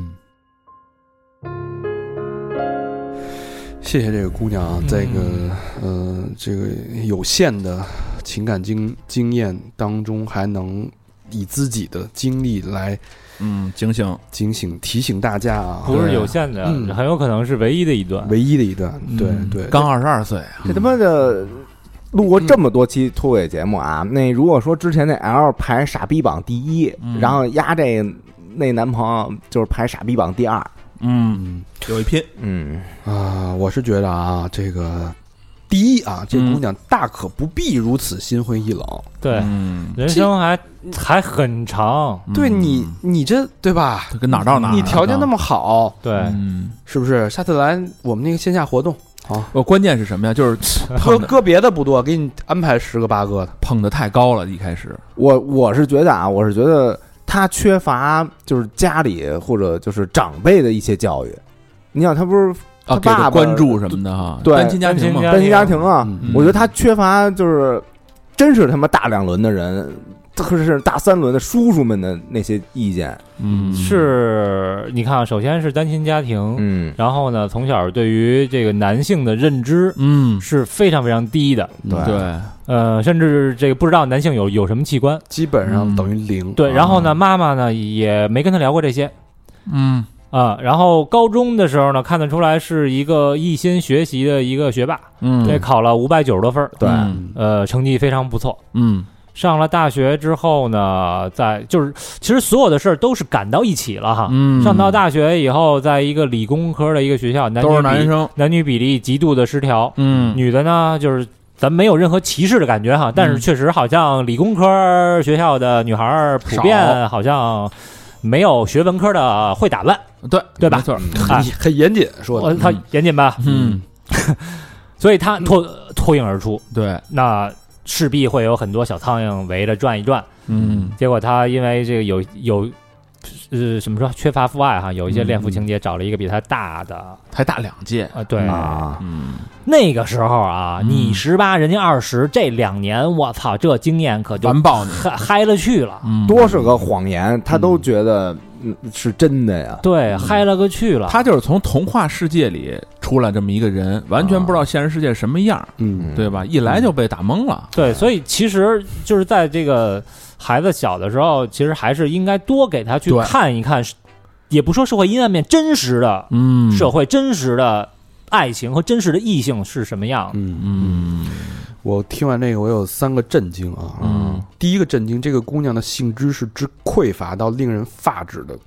谢谢这个姑娘啊，在这个有限的情感经验当中，还能以自己的经历来警醒提醒大家啊， 不是有限的，很有可能是唯一的一段， 对， 刚22岁， 这他妈的录过这么多期脱轨节目啊，那如果说之前那 L 排傻逼榜第1，然后压那男朋友就是排傻逼榜第2。 有一拼。 我是觉得啊，这个第一啊，这姑娘大可不必如此心灰意冷。 对，人生还很长。 对你这对吧？ 跟哪到哪？ 你条件那么好， 对， 是不是？下次来我们那个线下活动。好， 关键是什么呀？就是个别的不多，给你安排10个8个的， 捧得太高了。一开始， 我是觉得他缺乏就是家里或者就是长辈的一些教育。你想他不是他爸爸关注什么的哈？ 对， 单亲家庭嘛， 单亲家庭啊，我觉得他缺乏就是真是他妈大2轮的人，特别是大3轮的叔叔们的那些意见。 是你看，首先是单亲家庭，然后呢，从小对于这个男性的认知，是非常非常低的， 对， 甚至这个不知道男性有什么器官， 基本上等于0。 对，然后呢，妈妈呢也没跟他聊过这些，然后高中的时候呢，看得出来是一个一心学习的一个学霸，这考了590多分， 对， 成绩非常不错，上了大学之后呢，其实所有的事儿都是赶到一起了哈。上到大学以后，在一个理工科的一个学校， 都是男生， 男女比例极度的失调。女的呢，就是咱没有任何歧视的感觉哈，但是确实好像理工科学校的女孩普遍好像没有学文科的会打扮，对吧？ 没错， 很严谨，说的他严谨吧？所以他脱颖而出。对，那势必会有很多小苍蝇围着转一转。结果他因为这个有怎么说缺乏父爱哈，有一些恋父情节，找了一个比他大的， 还大2届对啊，那个时候啊，你18，人家20，这2年我操，这经验可就完爆你， 嗨了去了， 多是个谎言，他都觉得是真的呀， 对，嗨了个去了， 他就是从童话世界里出来这么一个人，完全不知道现实世界什么样，对吧？一来就被打懵了， 对，所以其实就是在这个孩子小的时候，其实还是应该多给他去看一看，也不说社会阴暗面，真实的社会、真实的爱情和真实的异性是什么样。 我听完这个，我有3个震惊啊。第一个震惊，这个姑娘的性知识之匮乏到令人发指的。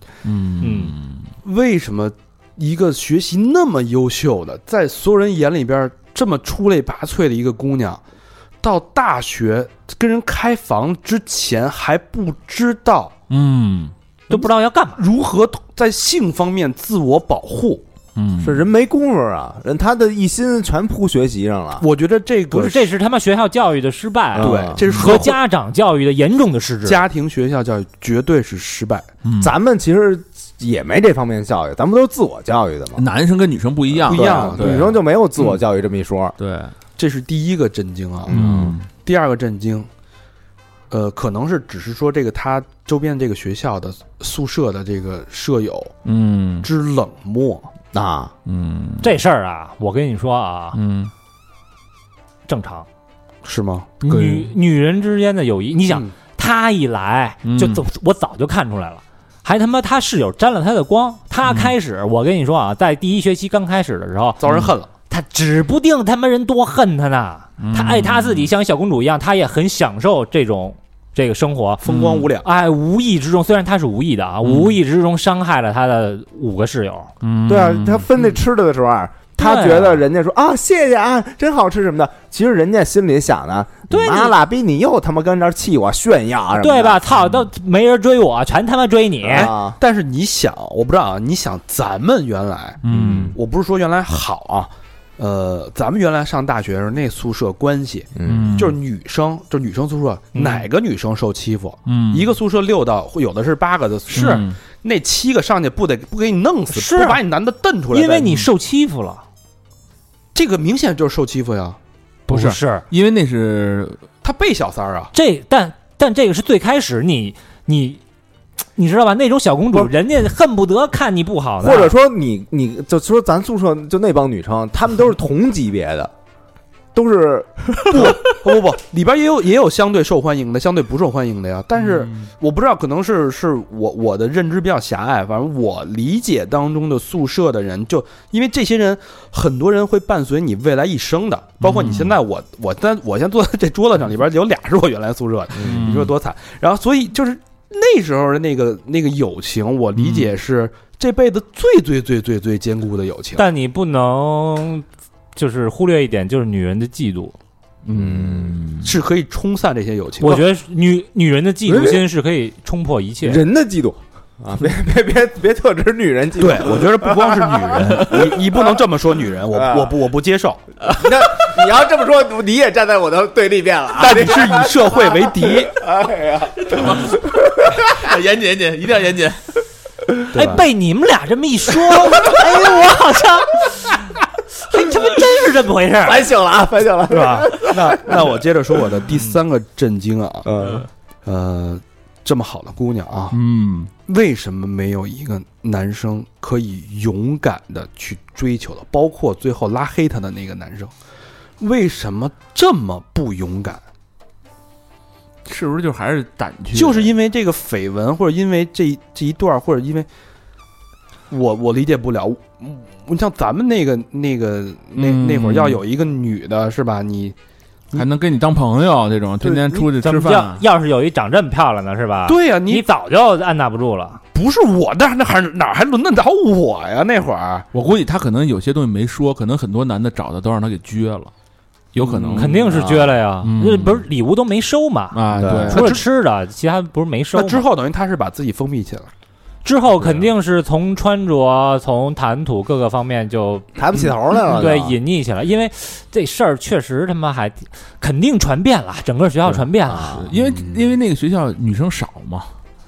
为什么一个学习那么优秀的，在所有人眼里边这么出类拔萃的一个姑娘，到大学跟人开房之前还不知道， 都不知道要干嘛， 如何在性方面自我保护。 是人没功夫啊，人他的一心全扑学习上了。 我觉得这个不是，这是他妈学校教育的失败， 对，这是和家长教育的严重的失职。 家庭学校教育绝对是失败。 咱们其实也没这方面教育，咱们都是自我教育的嘛。 男生跟女生不一样， 女生就没有自我教育这么一说。 对， 这是第一个震惊啊。第二个震惊，可能是只是说这个他周边这个学校的宿舍的这个舍友，之冷漠。 这事儿啊，我跟你说啊，正常， 是吗？ 女人之间的友谊，你想，他一来我早就看出来了，还他妈他室友沾了他的光。他开始，我跟你说啊，在第1学期刚开始的时候， 遭人恨了， 他指不定他们人多恨他呢。他爱他自己像小公主一样，他也很享受这个生活， 风光无两。 无意之中，虽然他是无意的啊，无意之中伤害了他的5个室友。 对啊，他分那吃的时候，他觉得人家说谢谢啊，真好吃什么的，其实人家心里想呢，妈拉逼你又他妈跟这儿气我炫耀什么的， 对吧？操，都没人追我，全他妈追你。 但是你想，我不知道啊，你想咱们原来，我不是说原来好啊。咱们原来上大学的时候，那宿舍关系，就是女生宿舍，哪个女生受欺负，一个宿舍6到有的是8个的，是那7个上去不给你弄死， 是不把你男的瞪出来， 因为你受欺负了， 这个明显就是受欺负呀， 不是， 因为那是他被小三儿啊， 但这个是最开始你知道吧？那种小公主，人家恨不得看你不好的， 或者说你就说咱宿舍就那帮女生，她们都是同级别的，都是不，里边也有相对受欢迎的，相对不受欢迎的呀。但是我不知道，可能是我的认知比较狭隘，反正我理解当中的宿舍的人，就因为这些人，很多人会伴随你未来一生的，包括你现在我现在坐在这桌子上，里边有俩是我原来宿舍的，你说多惨。然后所以就是。那时候的那个友情，我理解是这辈子最坚固的友情。 但你不能就是忽略一点，就是女人的嫉妒， 是可以冲散这些友情。 我觉得女人的嫉妒心是可以冲破一切。 人的嫉妒啊，别特指女人嫉妒。 对，我觉得不光是女人，你不能这么说女人，我不接受。 那你要这么说，你也站在我的对立面了。 但你是以社会为敌。 哎呀， 严谨，一定要严谨。 被你们俩这么一说，我好像，他们真是这么回事。 反省了， 是吧？那我接着说我的第3个震惊啊，这么好的姑娘啊，为什么没有一个男生可以勇敢的去追求的？包括最后拉黑他的那个男生，为什么这么不勇敢？ 是不是就还是胆怯？ 就是因为这个绯闻，或者因为这一段，或者因为我理解不了。你像咱们那会儿要有一个女的，是吧？你还能跟你当朋友，这种天天出去吃饭。 要是有一长这么漂亮的，是吧？ 对呀， 你早就按捺不住了。 不是我，哪还轮得着我呀？那会儿我估计他可能有些东西没说，可能很多男的找的都让他给撅了。有可能， 肯定是撅了呀！不是礼物都没收嘛？ 对， 除了吃的，其他不是没收。 那之后等于他是把自己封闭起来了。 之后肯定是从穿着、从谈吐各个方面就抬不起头来了， 对，隐匿起来。因为这事儿确实他妈还肯定传遍了，整个学校传遍了。 因为那个学校女生少嘛，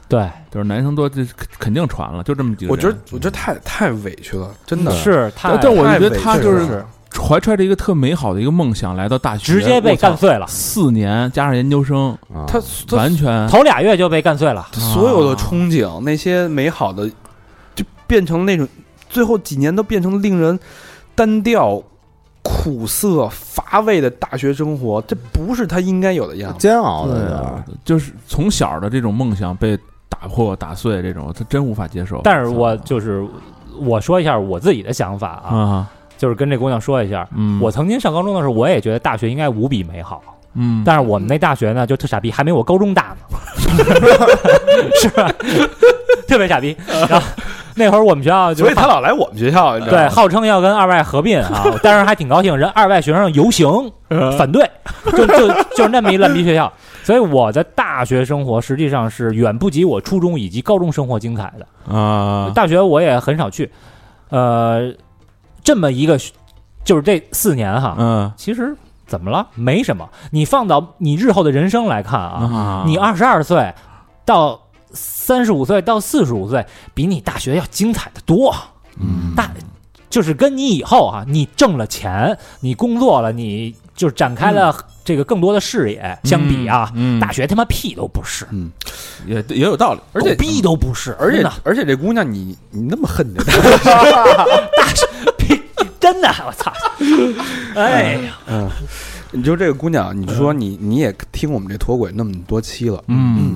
对， 就是男生多，这肯定传了，就这么几个人。 我觉得太委屈了，真的是太。 但我觉得他就是怀揣着一个特美好的一个梦想来到大学， 直接被干碎了。 4年加上研究生， 他完全头2月就被干碎了。 所有的憧憬，那些美好的，就变成那种最后几年都变成令人单调、苦涩、乏味的大学生活，这不是他应该有的样子。 煎熬的， 就是从小的这种梦想被打破、打碎，这种他真无法接受。 但是我说一下我自己的想法啊，就是跟这姑娘说一下，我曾经上高中的时候，我也觉得大学应该无比美好，但是我们那大学呢就特傻逼，还没我高中大呢，是吧？特别傻逼。然后那会儿我们学校就， 所以他老来我们学校， 对，号称要跟2外合并啊，但是还挺高兴，人2外学生游行反对，就是那么一烂逼学校。所以我的大学生活实际上是远不及我初中以及高中生活精彩的啊。大学我也很少去，这么一个就是这4年哈，其实怎么了？没什么。你放到你日后的人生来看啊，你22岁到35岁到45岁，比你大学要精彩的多。就是跟你以后啊，你挣了钱，你工作了，你就展开了这个更多的视野相比啊，大学他妈屁都不是。 也有道理， 而且屁都不是， 而且这姑娘你那么恨的， 大学屁真的，我操！哎呀， 你就这个姑娘，你说你也听我们这脱轨那么多期了，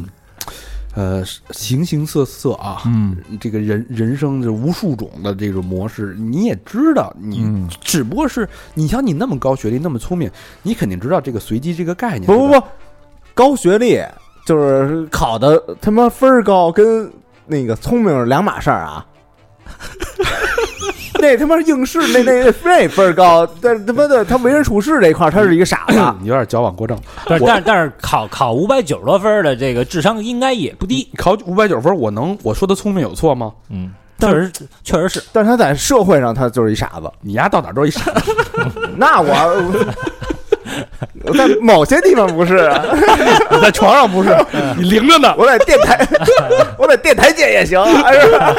形形色色啊，这个人生这无数种的这种模式，你也知道，你只不过是你像你那么高学历那么聪明，你肯定知道这个随机这个概念。 不，高学历就是考的他妈分高，跟那个聪明是两码事儿啊。那他妈应试那分高，但是他妈的他为人处事这一块他是一个傻子， 有点矫枉过正。 但是考590多分的这个智商应该也不低。 考590分，我说的聪明有错吗？ 确实是。 但是他在社会上他就是一傻子。 你丫到哪都是一傻子。 那我在某些地方不是啊， 你在床上不是，你灵着呢。 我在电台界也行，是吧？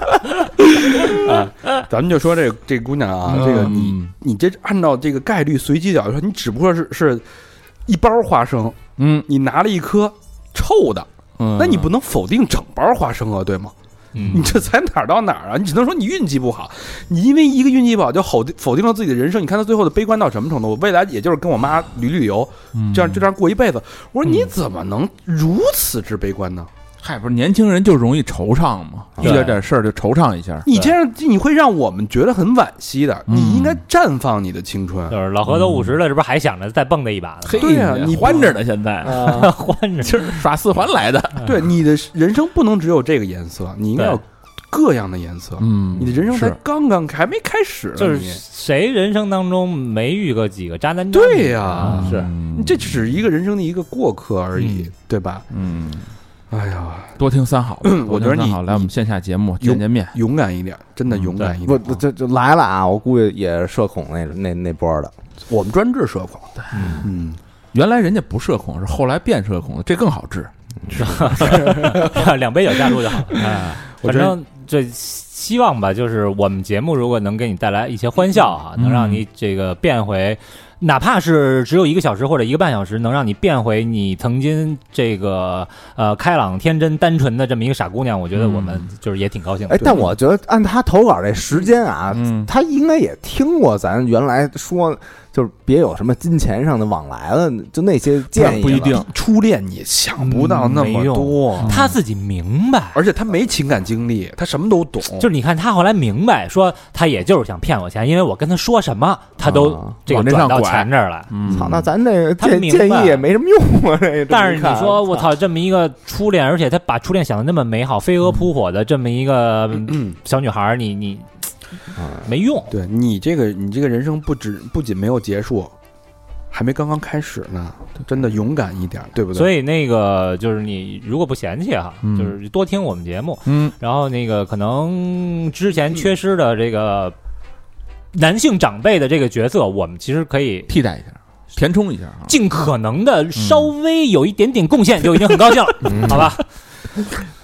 咱们就说这姑娘啊，这个你这按照这个概率随机角度说，你只不过是一包花生，你拿了一颗臭的，那你不能否定整包花生啊，对吗？你这才哪儿到哪儿啊？你只能说你运气不好，你因为一个运气不好就否定了自己的人生。你看他最后的悲观到什么程度？我未来也就是跟我妈旅游，就这样过一辈子。我说你怎么能如此之悲观呢？ 嗨，不是年轻人就容易惆怅嘛，遇到点事儿就惆怅一下。 你这样你会让我们觉得很惋惜的。你应该绽放你的青春。 就是老何都50了，这不是还想着再蹦跶一把呢？ 对呀，你欢着呢，现在欢着， 就是耍4环来的。 对，你的人生不能只有这个颜色，你应该有各样的颜色。你的人生才刚刚还没开始， 就是谁人生当中没遇过几个渣男？ 对呀，是你这只是一个人生的一个过客而已，对吧？哎呀， 多听三好， 我觉得你来我们线下节目见面， 勇敢一点，真的勇敢一点。 不，这就来了啊！我估计也是社恐那波的， 我们专治社恐。 原来人家不社恐，是后来变社恐的，这更好治， 是吧？2杯酒下肚就好了。反正这希望吧，就是我们节目如果能给你带来一些欢笑啊，能让你这个变回。哪怕是只有1个小时或者1个半小时，能让你变回你曾经这个开朗、天真、单纯的这么一个傻姑娘，我觉得我们就是也挺高兴的。 但我觉得按他投稿这时间啊，他应该也听过咱原来说，就是别有什么金钱上的往来了，就那些建议。 不一定， 初恋你想不到那么多， 他自己明白， 而且他没情感经历，他什么都懂。 就是你看他后来明白，说他也就是想骗我钱，因为我跟他说什么，他都这个转到钱这儿来。 操，那咱这个建议也没什么用啊。 但是你说我操，这么一个初恋，而且他把初恋想的那么美好，飞蛾扑火的这么一个小女孩，你没用。 对你这个人生不仅没有结束，还没刚刚开始呢。真的勇敢一点，对不对？ 所以那个就是你如果不嫌弃哈，就是多听我们节目，然后那个可能之前缺失的这个男性长辈的这个角色，我们其实可以替代一下，填充一下， 尽可能的稍微有一点点贡献就已经很高兴了，好吧？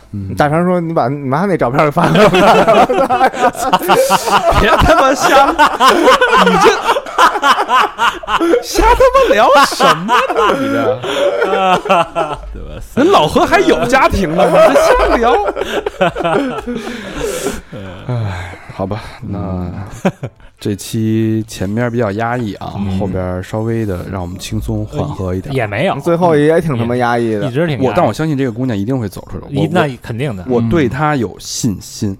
大肠说：“你把你妈那照片给发给我看。” 别他妈瞎，你这瞎他妈聊什么呢？你这，人老何还有家庭呢，你这瞎聊。哎，好吧，那这期前面比较压抑啊，后边稍微的让我们轻松缓和一点。 也没有， 最后也挺他妈压抑的， 一直挺压抑。 但我相信这个姑娘一定会走出来。 那肯定的， 我对她有信心。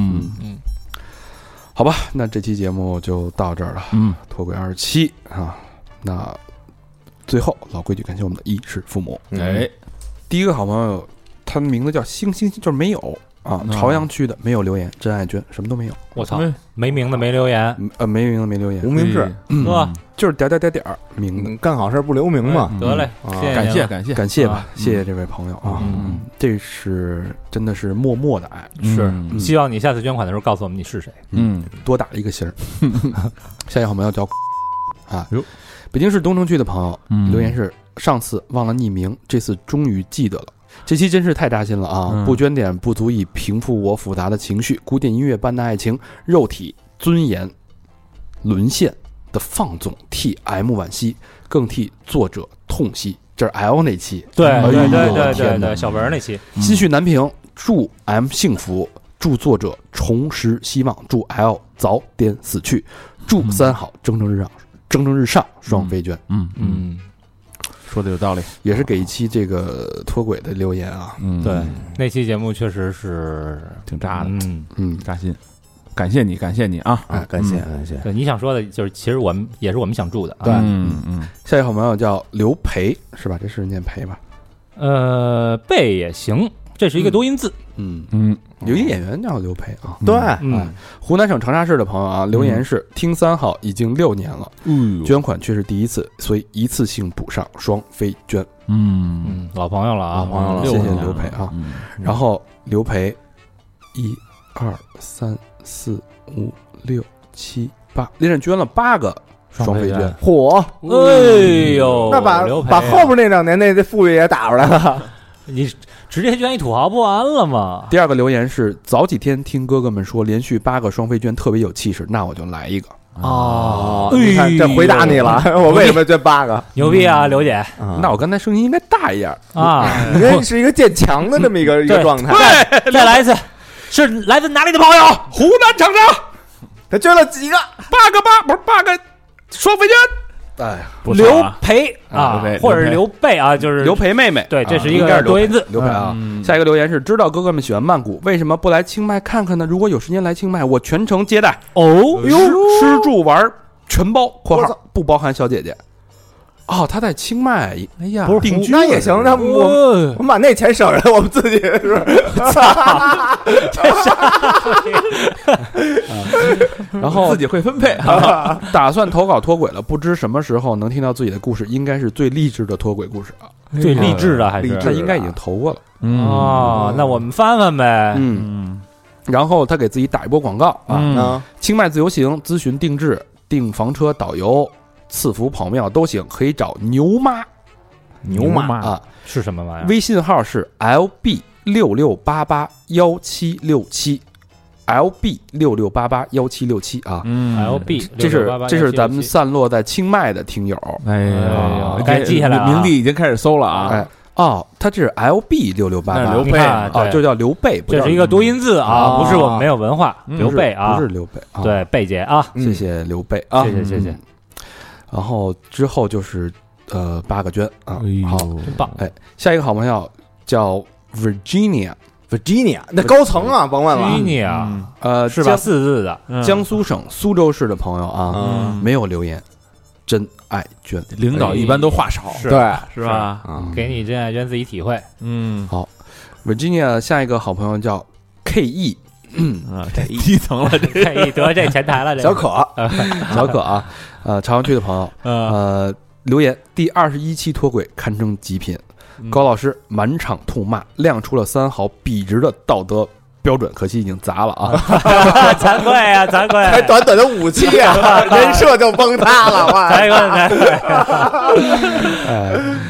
好吧，那这期节目就到这儿了。脱轨27啊，那最后老规矩，感谢我们的衣食父母。第一个好朋友，他的名字叫星星，就是没有啊，朝阳区的没有留言，真爱娟什么都没有。 我操，没名字没留言， 没名字没留言， 无名氏， 就是点名字， 干好事不留名嘛。 得嘞， 感谢吧，谢谢这位朋友啊，这是真的是默默的爱， 是希望你下次捐款的时候告诉我们你是谁， 多打了一个星儿。下一个好朋友叫啊，北京市东城区的朋友留言是：上次忘了匿名，这次终于记得了。这期真是太扎心了啊！不捐点不足以平复我复杂的情绪，古典音乐般的爱情，肉体尊严沦陷的放纵，替 M 惋惜，更替作者痛惜。这是 L 那期， 对，小文那期， 心绪难平，祝 M 幸福，祝作者重拾希望，祝 L 早点死去，祝三好蒸蒸日上，双飞娟。 说的有道理， 也是给一期这个脱轨的留言啊。 对，那期节目确实是挺扎的，扎心。感谢你啊！ 感谢。 对，你想说的就是，其实我们也是我们想住的。 对， 下一个好朋友叫刘培，是吧？这是念培吧？ 贝也行，这是一个多音字。 有一演员叫刘培啊。 对， 湖南省长沙市的朋友啊，留言是：听三好已经6年了，捐款却是第一次，所以一次性补上，双飞捐。 老朋友了啊， 谢谢刘培啊。然后刘培1、2、3、4、5、6、7、8，连着捐了8个双飞捐。 嚯！ 哎呦， 那把后边那2年那富裕也打出来了。 你直接捐一土豪不完了吗？ 第二个留言是：早几天听哥哥们说连续8个双飞捐特别有气势，那我就来一个。 你看这回答你了，我为什么捐8个？ 牛逼啊，刘姐！ 那我刚才声音应该大一点啊， 因为是一个渐强的这么一个状态。 对，再来一次，是来自哪里的朋友？ 湖南长沙， 他捐了几个 ？8个双飞捐。哎， 刘培啊，或者是刘备啊，就是刘培妹妹。 对，这是一个多音字。 刘培啊，下一个留言是：知道哥哥们喜欢曼谷，为什么不来清迈看看呢？如果有时间来清迈，我全程接待。吃住玩全包（括号不包含小姐姐）。他在清迈，哎呀，定居那也行。那我们把那钱省着，我们自己是。 然后自己会分配， 打算投稿脱轨了，不知什么时候能听到自己的故事，应该是最励志的脱轨故事啊！ 最励志的还是他应该已经投过了那我们翻翻呗。 然后他给自己打一波广告啊！清迈自由行咨询定制、订房车、导游、赐福跑庙都行，可以找牛妈啊！ 是什么玩意儿？ 微信号是 LB66881767，LB66881767啊 ，LB 这是咱们散落在清迈的听友， 该记下来了， 名利已经开始搜了啊！ 他这是 LB6688， 刘备就叫刘备， 这是一个多音字啊，不是我们没有文化，刘备啊， 不是刘备， 对，贝姐啊， 谢谢刘备啊， 谢谢。 然后之后就是8个捐啊，好， 真棒！ 下一个好朋友叫 Virginia， 那高层啊，甭问了。 Virginia，是吧？4字的， 江苏省苏州市的朋友啊，没有留言，真爱捐。 领导一般都话少， 对， 是吧？ 给你真爱捐自己体会。 好 ，Virginia 下一个好朋友叫 KE。 这低层了，这得这前台了， 小可啊，朝阳区的朋友，留言第21期脱轨堪称极品，高老师满场痛骂，亮出了三好笔直的道德标准，可惜已经砸了啊， 惭愧啊，惭愧， 才短短的5期啊，人设就崩塌了， 惭愧。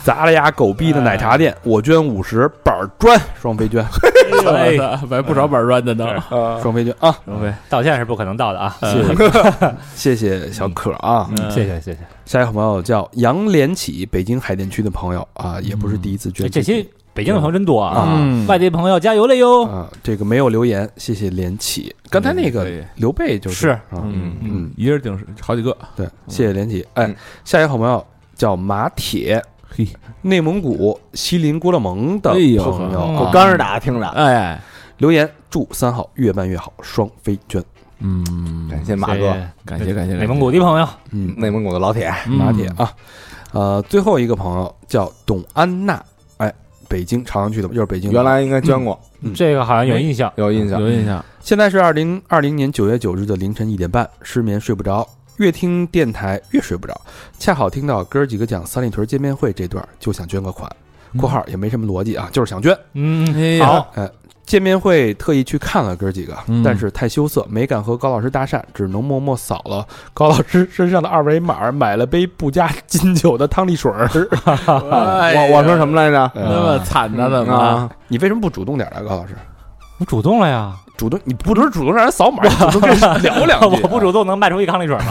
砸了呀狗逼的奶茶店，我捐50板砖，双飞捐， 买不少板砖的呢， 双飞捐啊， 双飞道歉是不可能到的啊， 谢谢小可啊， 谢谢。 下一个朋友叫杨连起，北京海淀区的朋友啊，也不是第一次捐， 这些北京的朋友真多啊，外地朋友加油了哟啊，这个没有留言，谢谢连起，刚才那个刘备就是一人顶好几个， 对，谢谢连起，哎，下一个好朋友叫马铁。 嘿， 内蒙古锡林郭勒盟的朋友， 我刚是打听着， 哎， 留言祝3号越办越好，双飞捐。 感谢马哥， 感谢内蒙古的朋友， 内蒙古的老铁马铁啊，最后一个朋友叫董安娜，哎，北京朝阳区的，又是北京， 原来应该捐过， 这个好像有印象， 有印象。 现在是2020年9月9日的凌晨1点半，失眠睡不着。越听电台越睡不着，恰好听到哥儿几个讲三里屯见面会这段，就想捐个款（括号也没什么逻辑啊，就是想捐）。 好， 见面会特意去看了哥儿几个，但是太羞涩，没敢和高老师搭讪，只能默默扫了高老师身上的2维码，买了杯不加金酒的汤力水儿。 我说什么来着？ 那么惨呢？怎么？ 你为什么不主动点啊，高老师？ 我主动了呀。 主动，你不是主动让人扫码，主动跟人聊两句。 我不主动能卖出一康力水吗？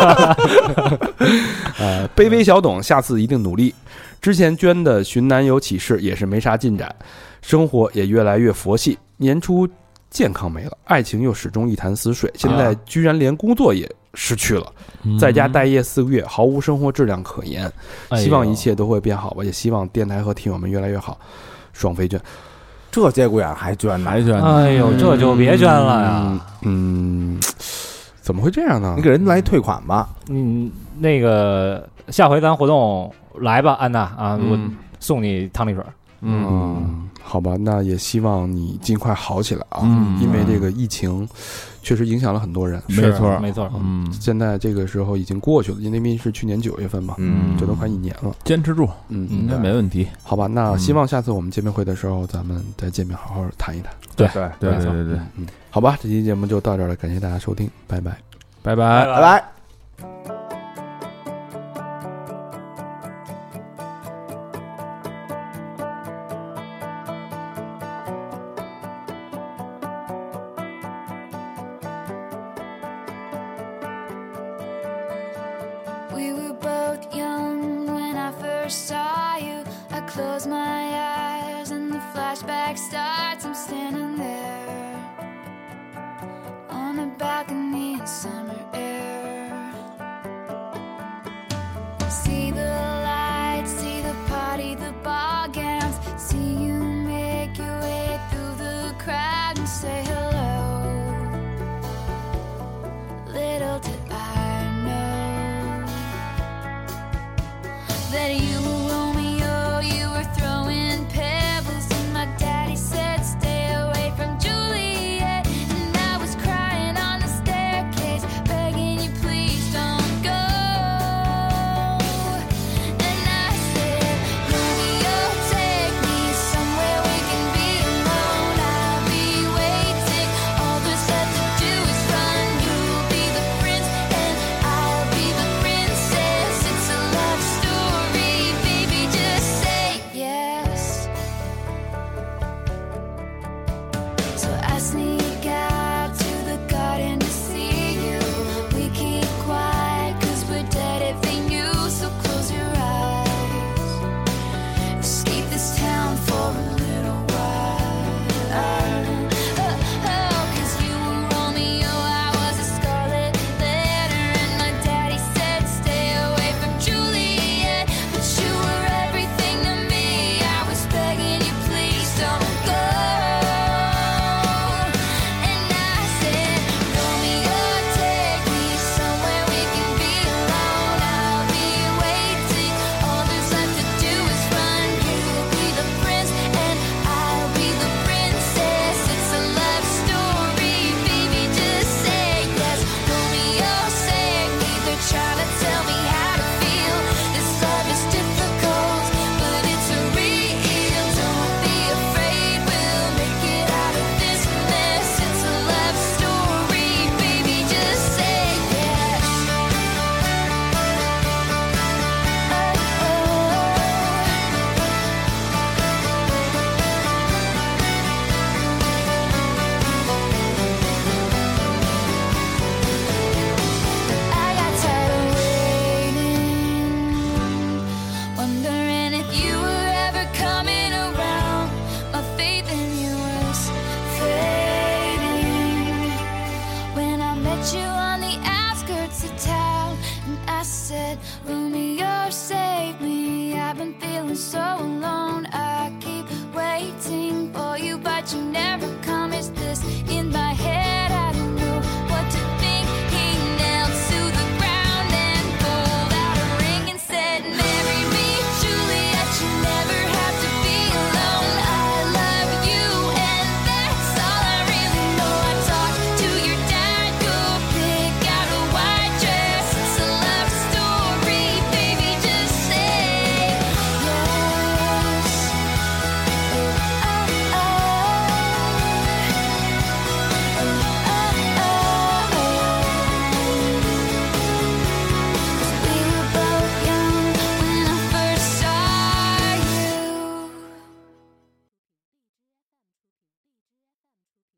卑微小董，下次一定努力。之前捐的寻男友启事也是没啥进展，生活也越来越佛系。年初健康没了，爱情又始终一潭死水，现在居然连工作也失去了，在家待业4个月，毫无生活质量可言。希望一切都会变好吧，也希望电台和听友们越来越好。双飞捐。 这节骨眼还捐呢？ 哎呦，这就别捐了呀！ 怎么会这样呢？ 你给人来退款吧。 那个下回咱活动来吧，安娜啊，我送你汤力水。 好吧，那也希望你尽快好起来啊！因为这个疫情确实影响了很多人。 没错。 现在这个时候已经过去了，因为是去年9月份嘛，这都快1年了。 坚持住，应该没问题。 好吧，那希望下次我们见面会的时候，咱们再见面，好好谈一谈。 对， 好吧，这期节目就到这儿了，感谢大家收听，拜拜， 拜拜， 拜拜。 We were both young when I first saw you. I close my eyes and the flashback starts. I'm standing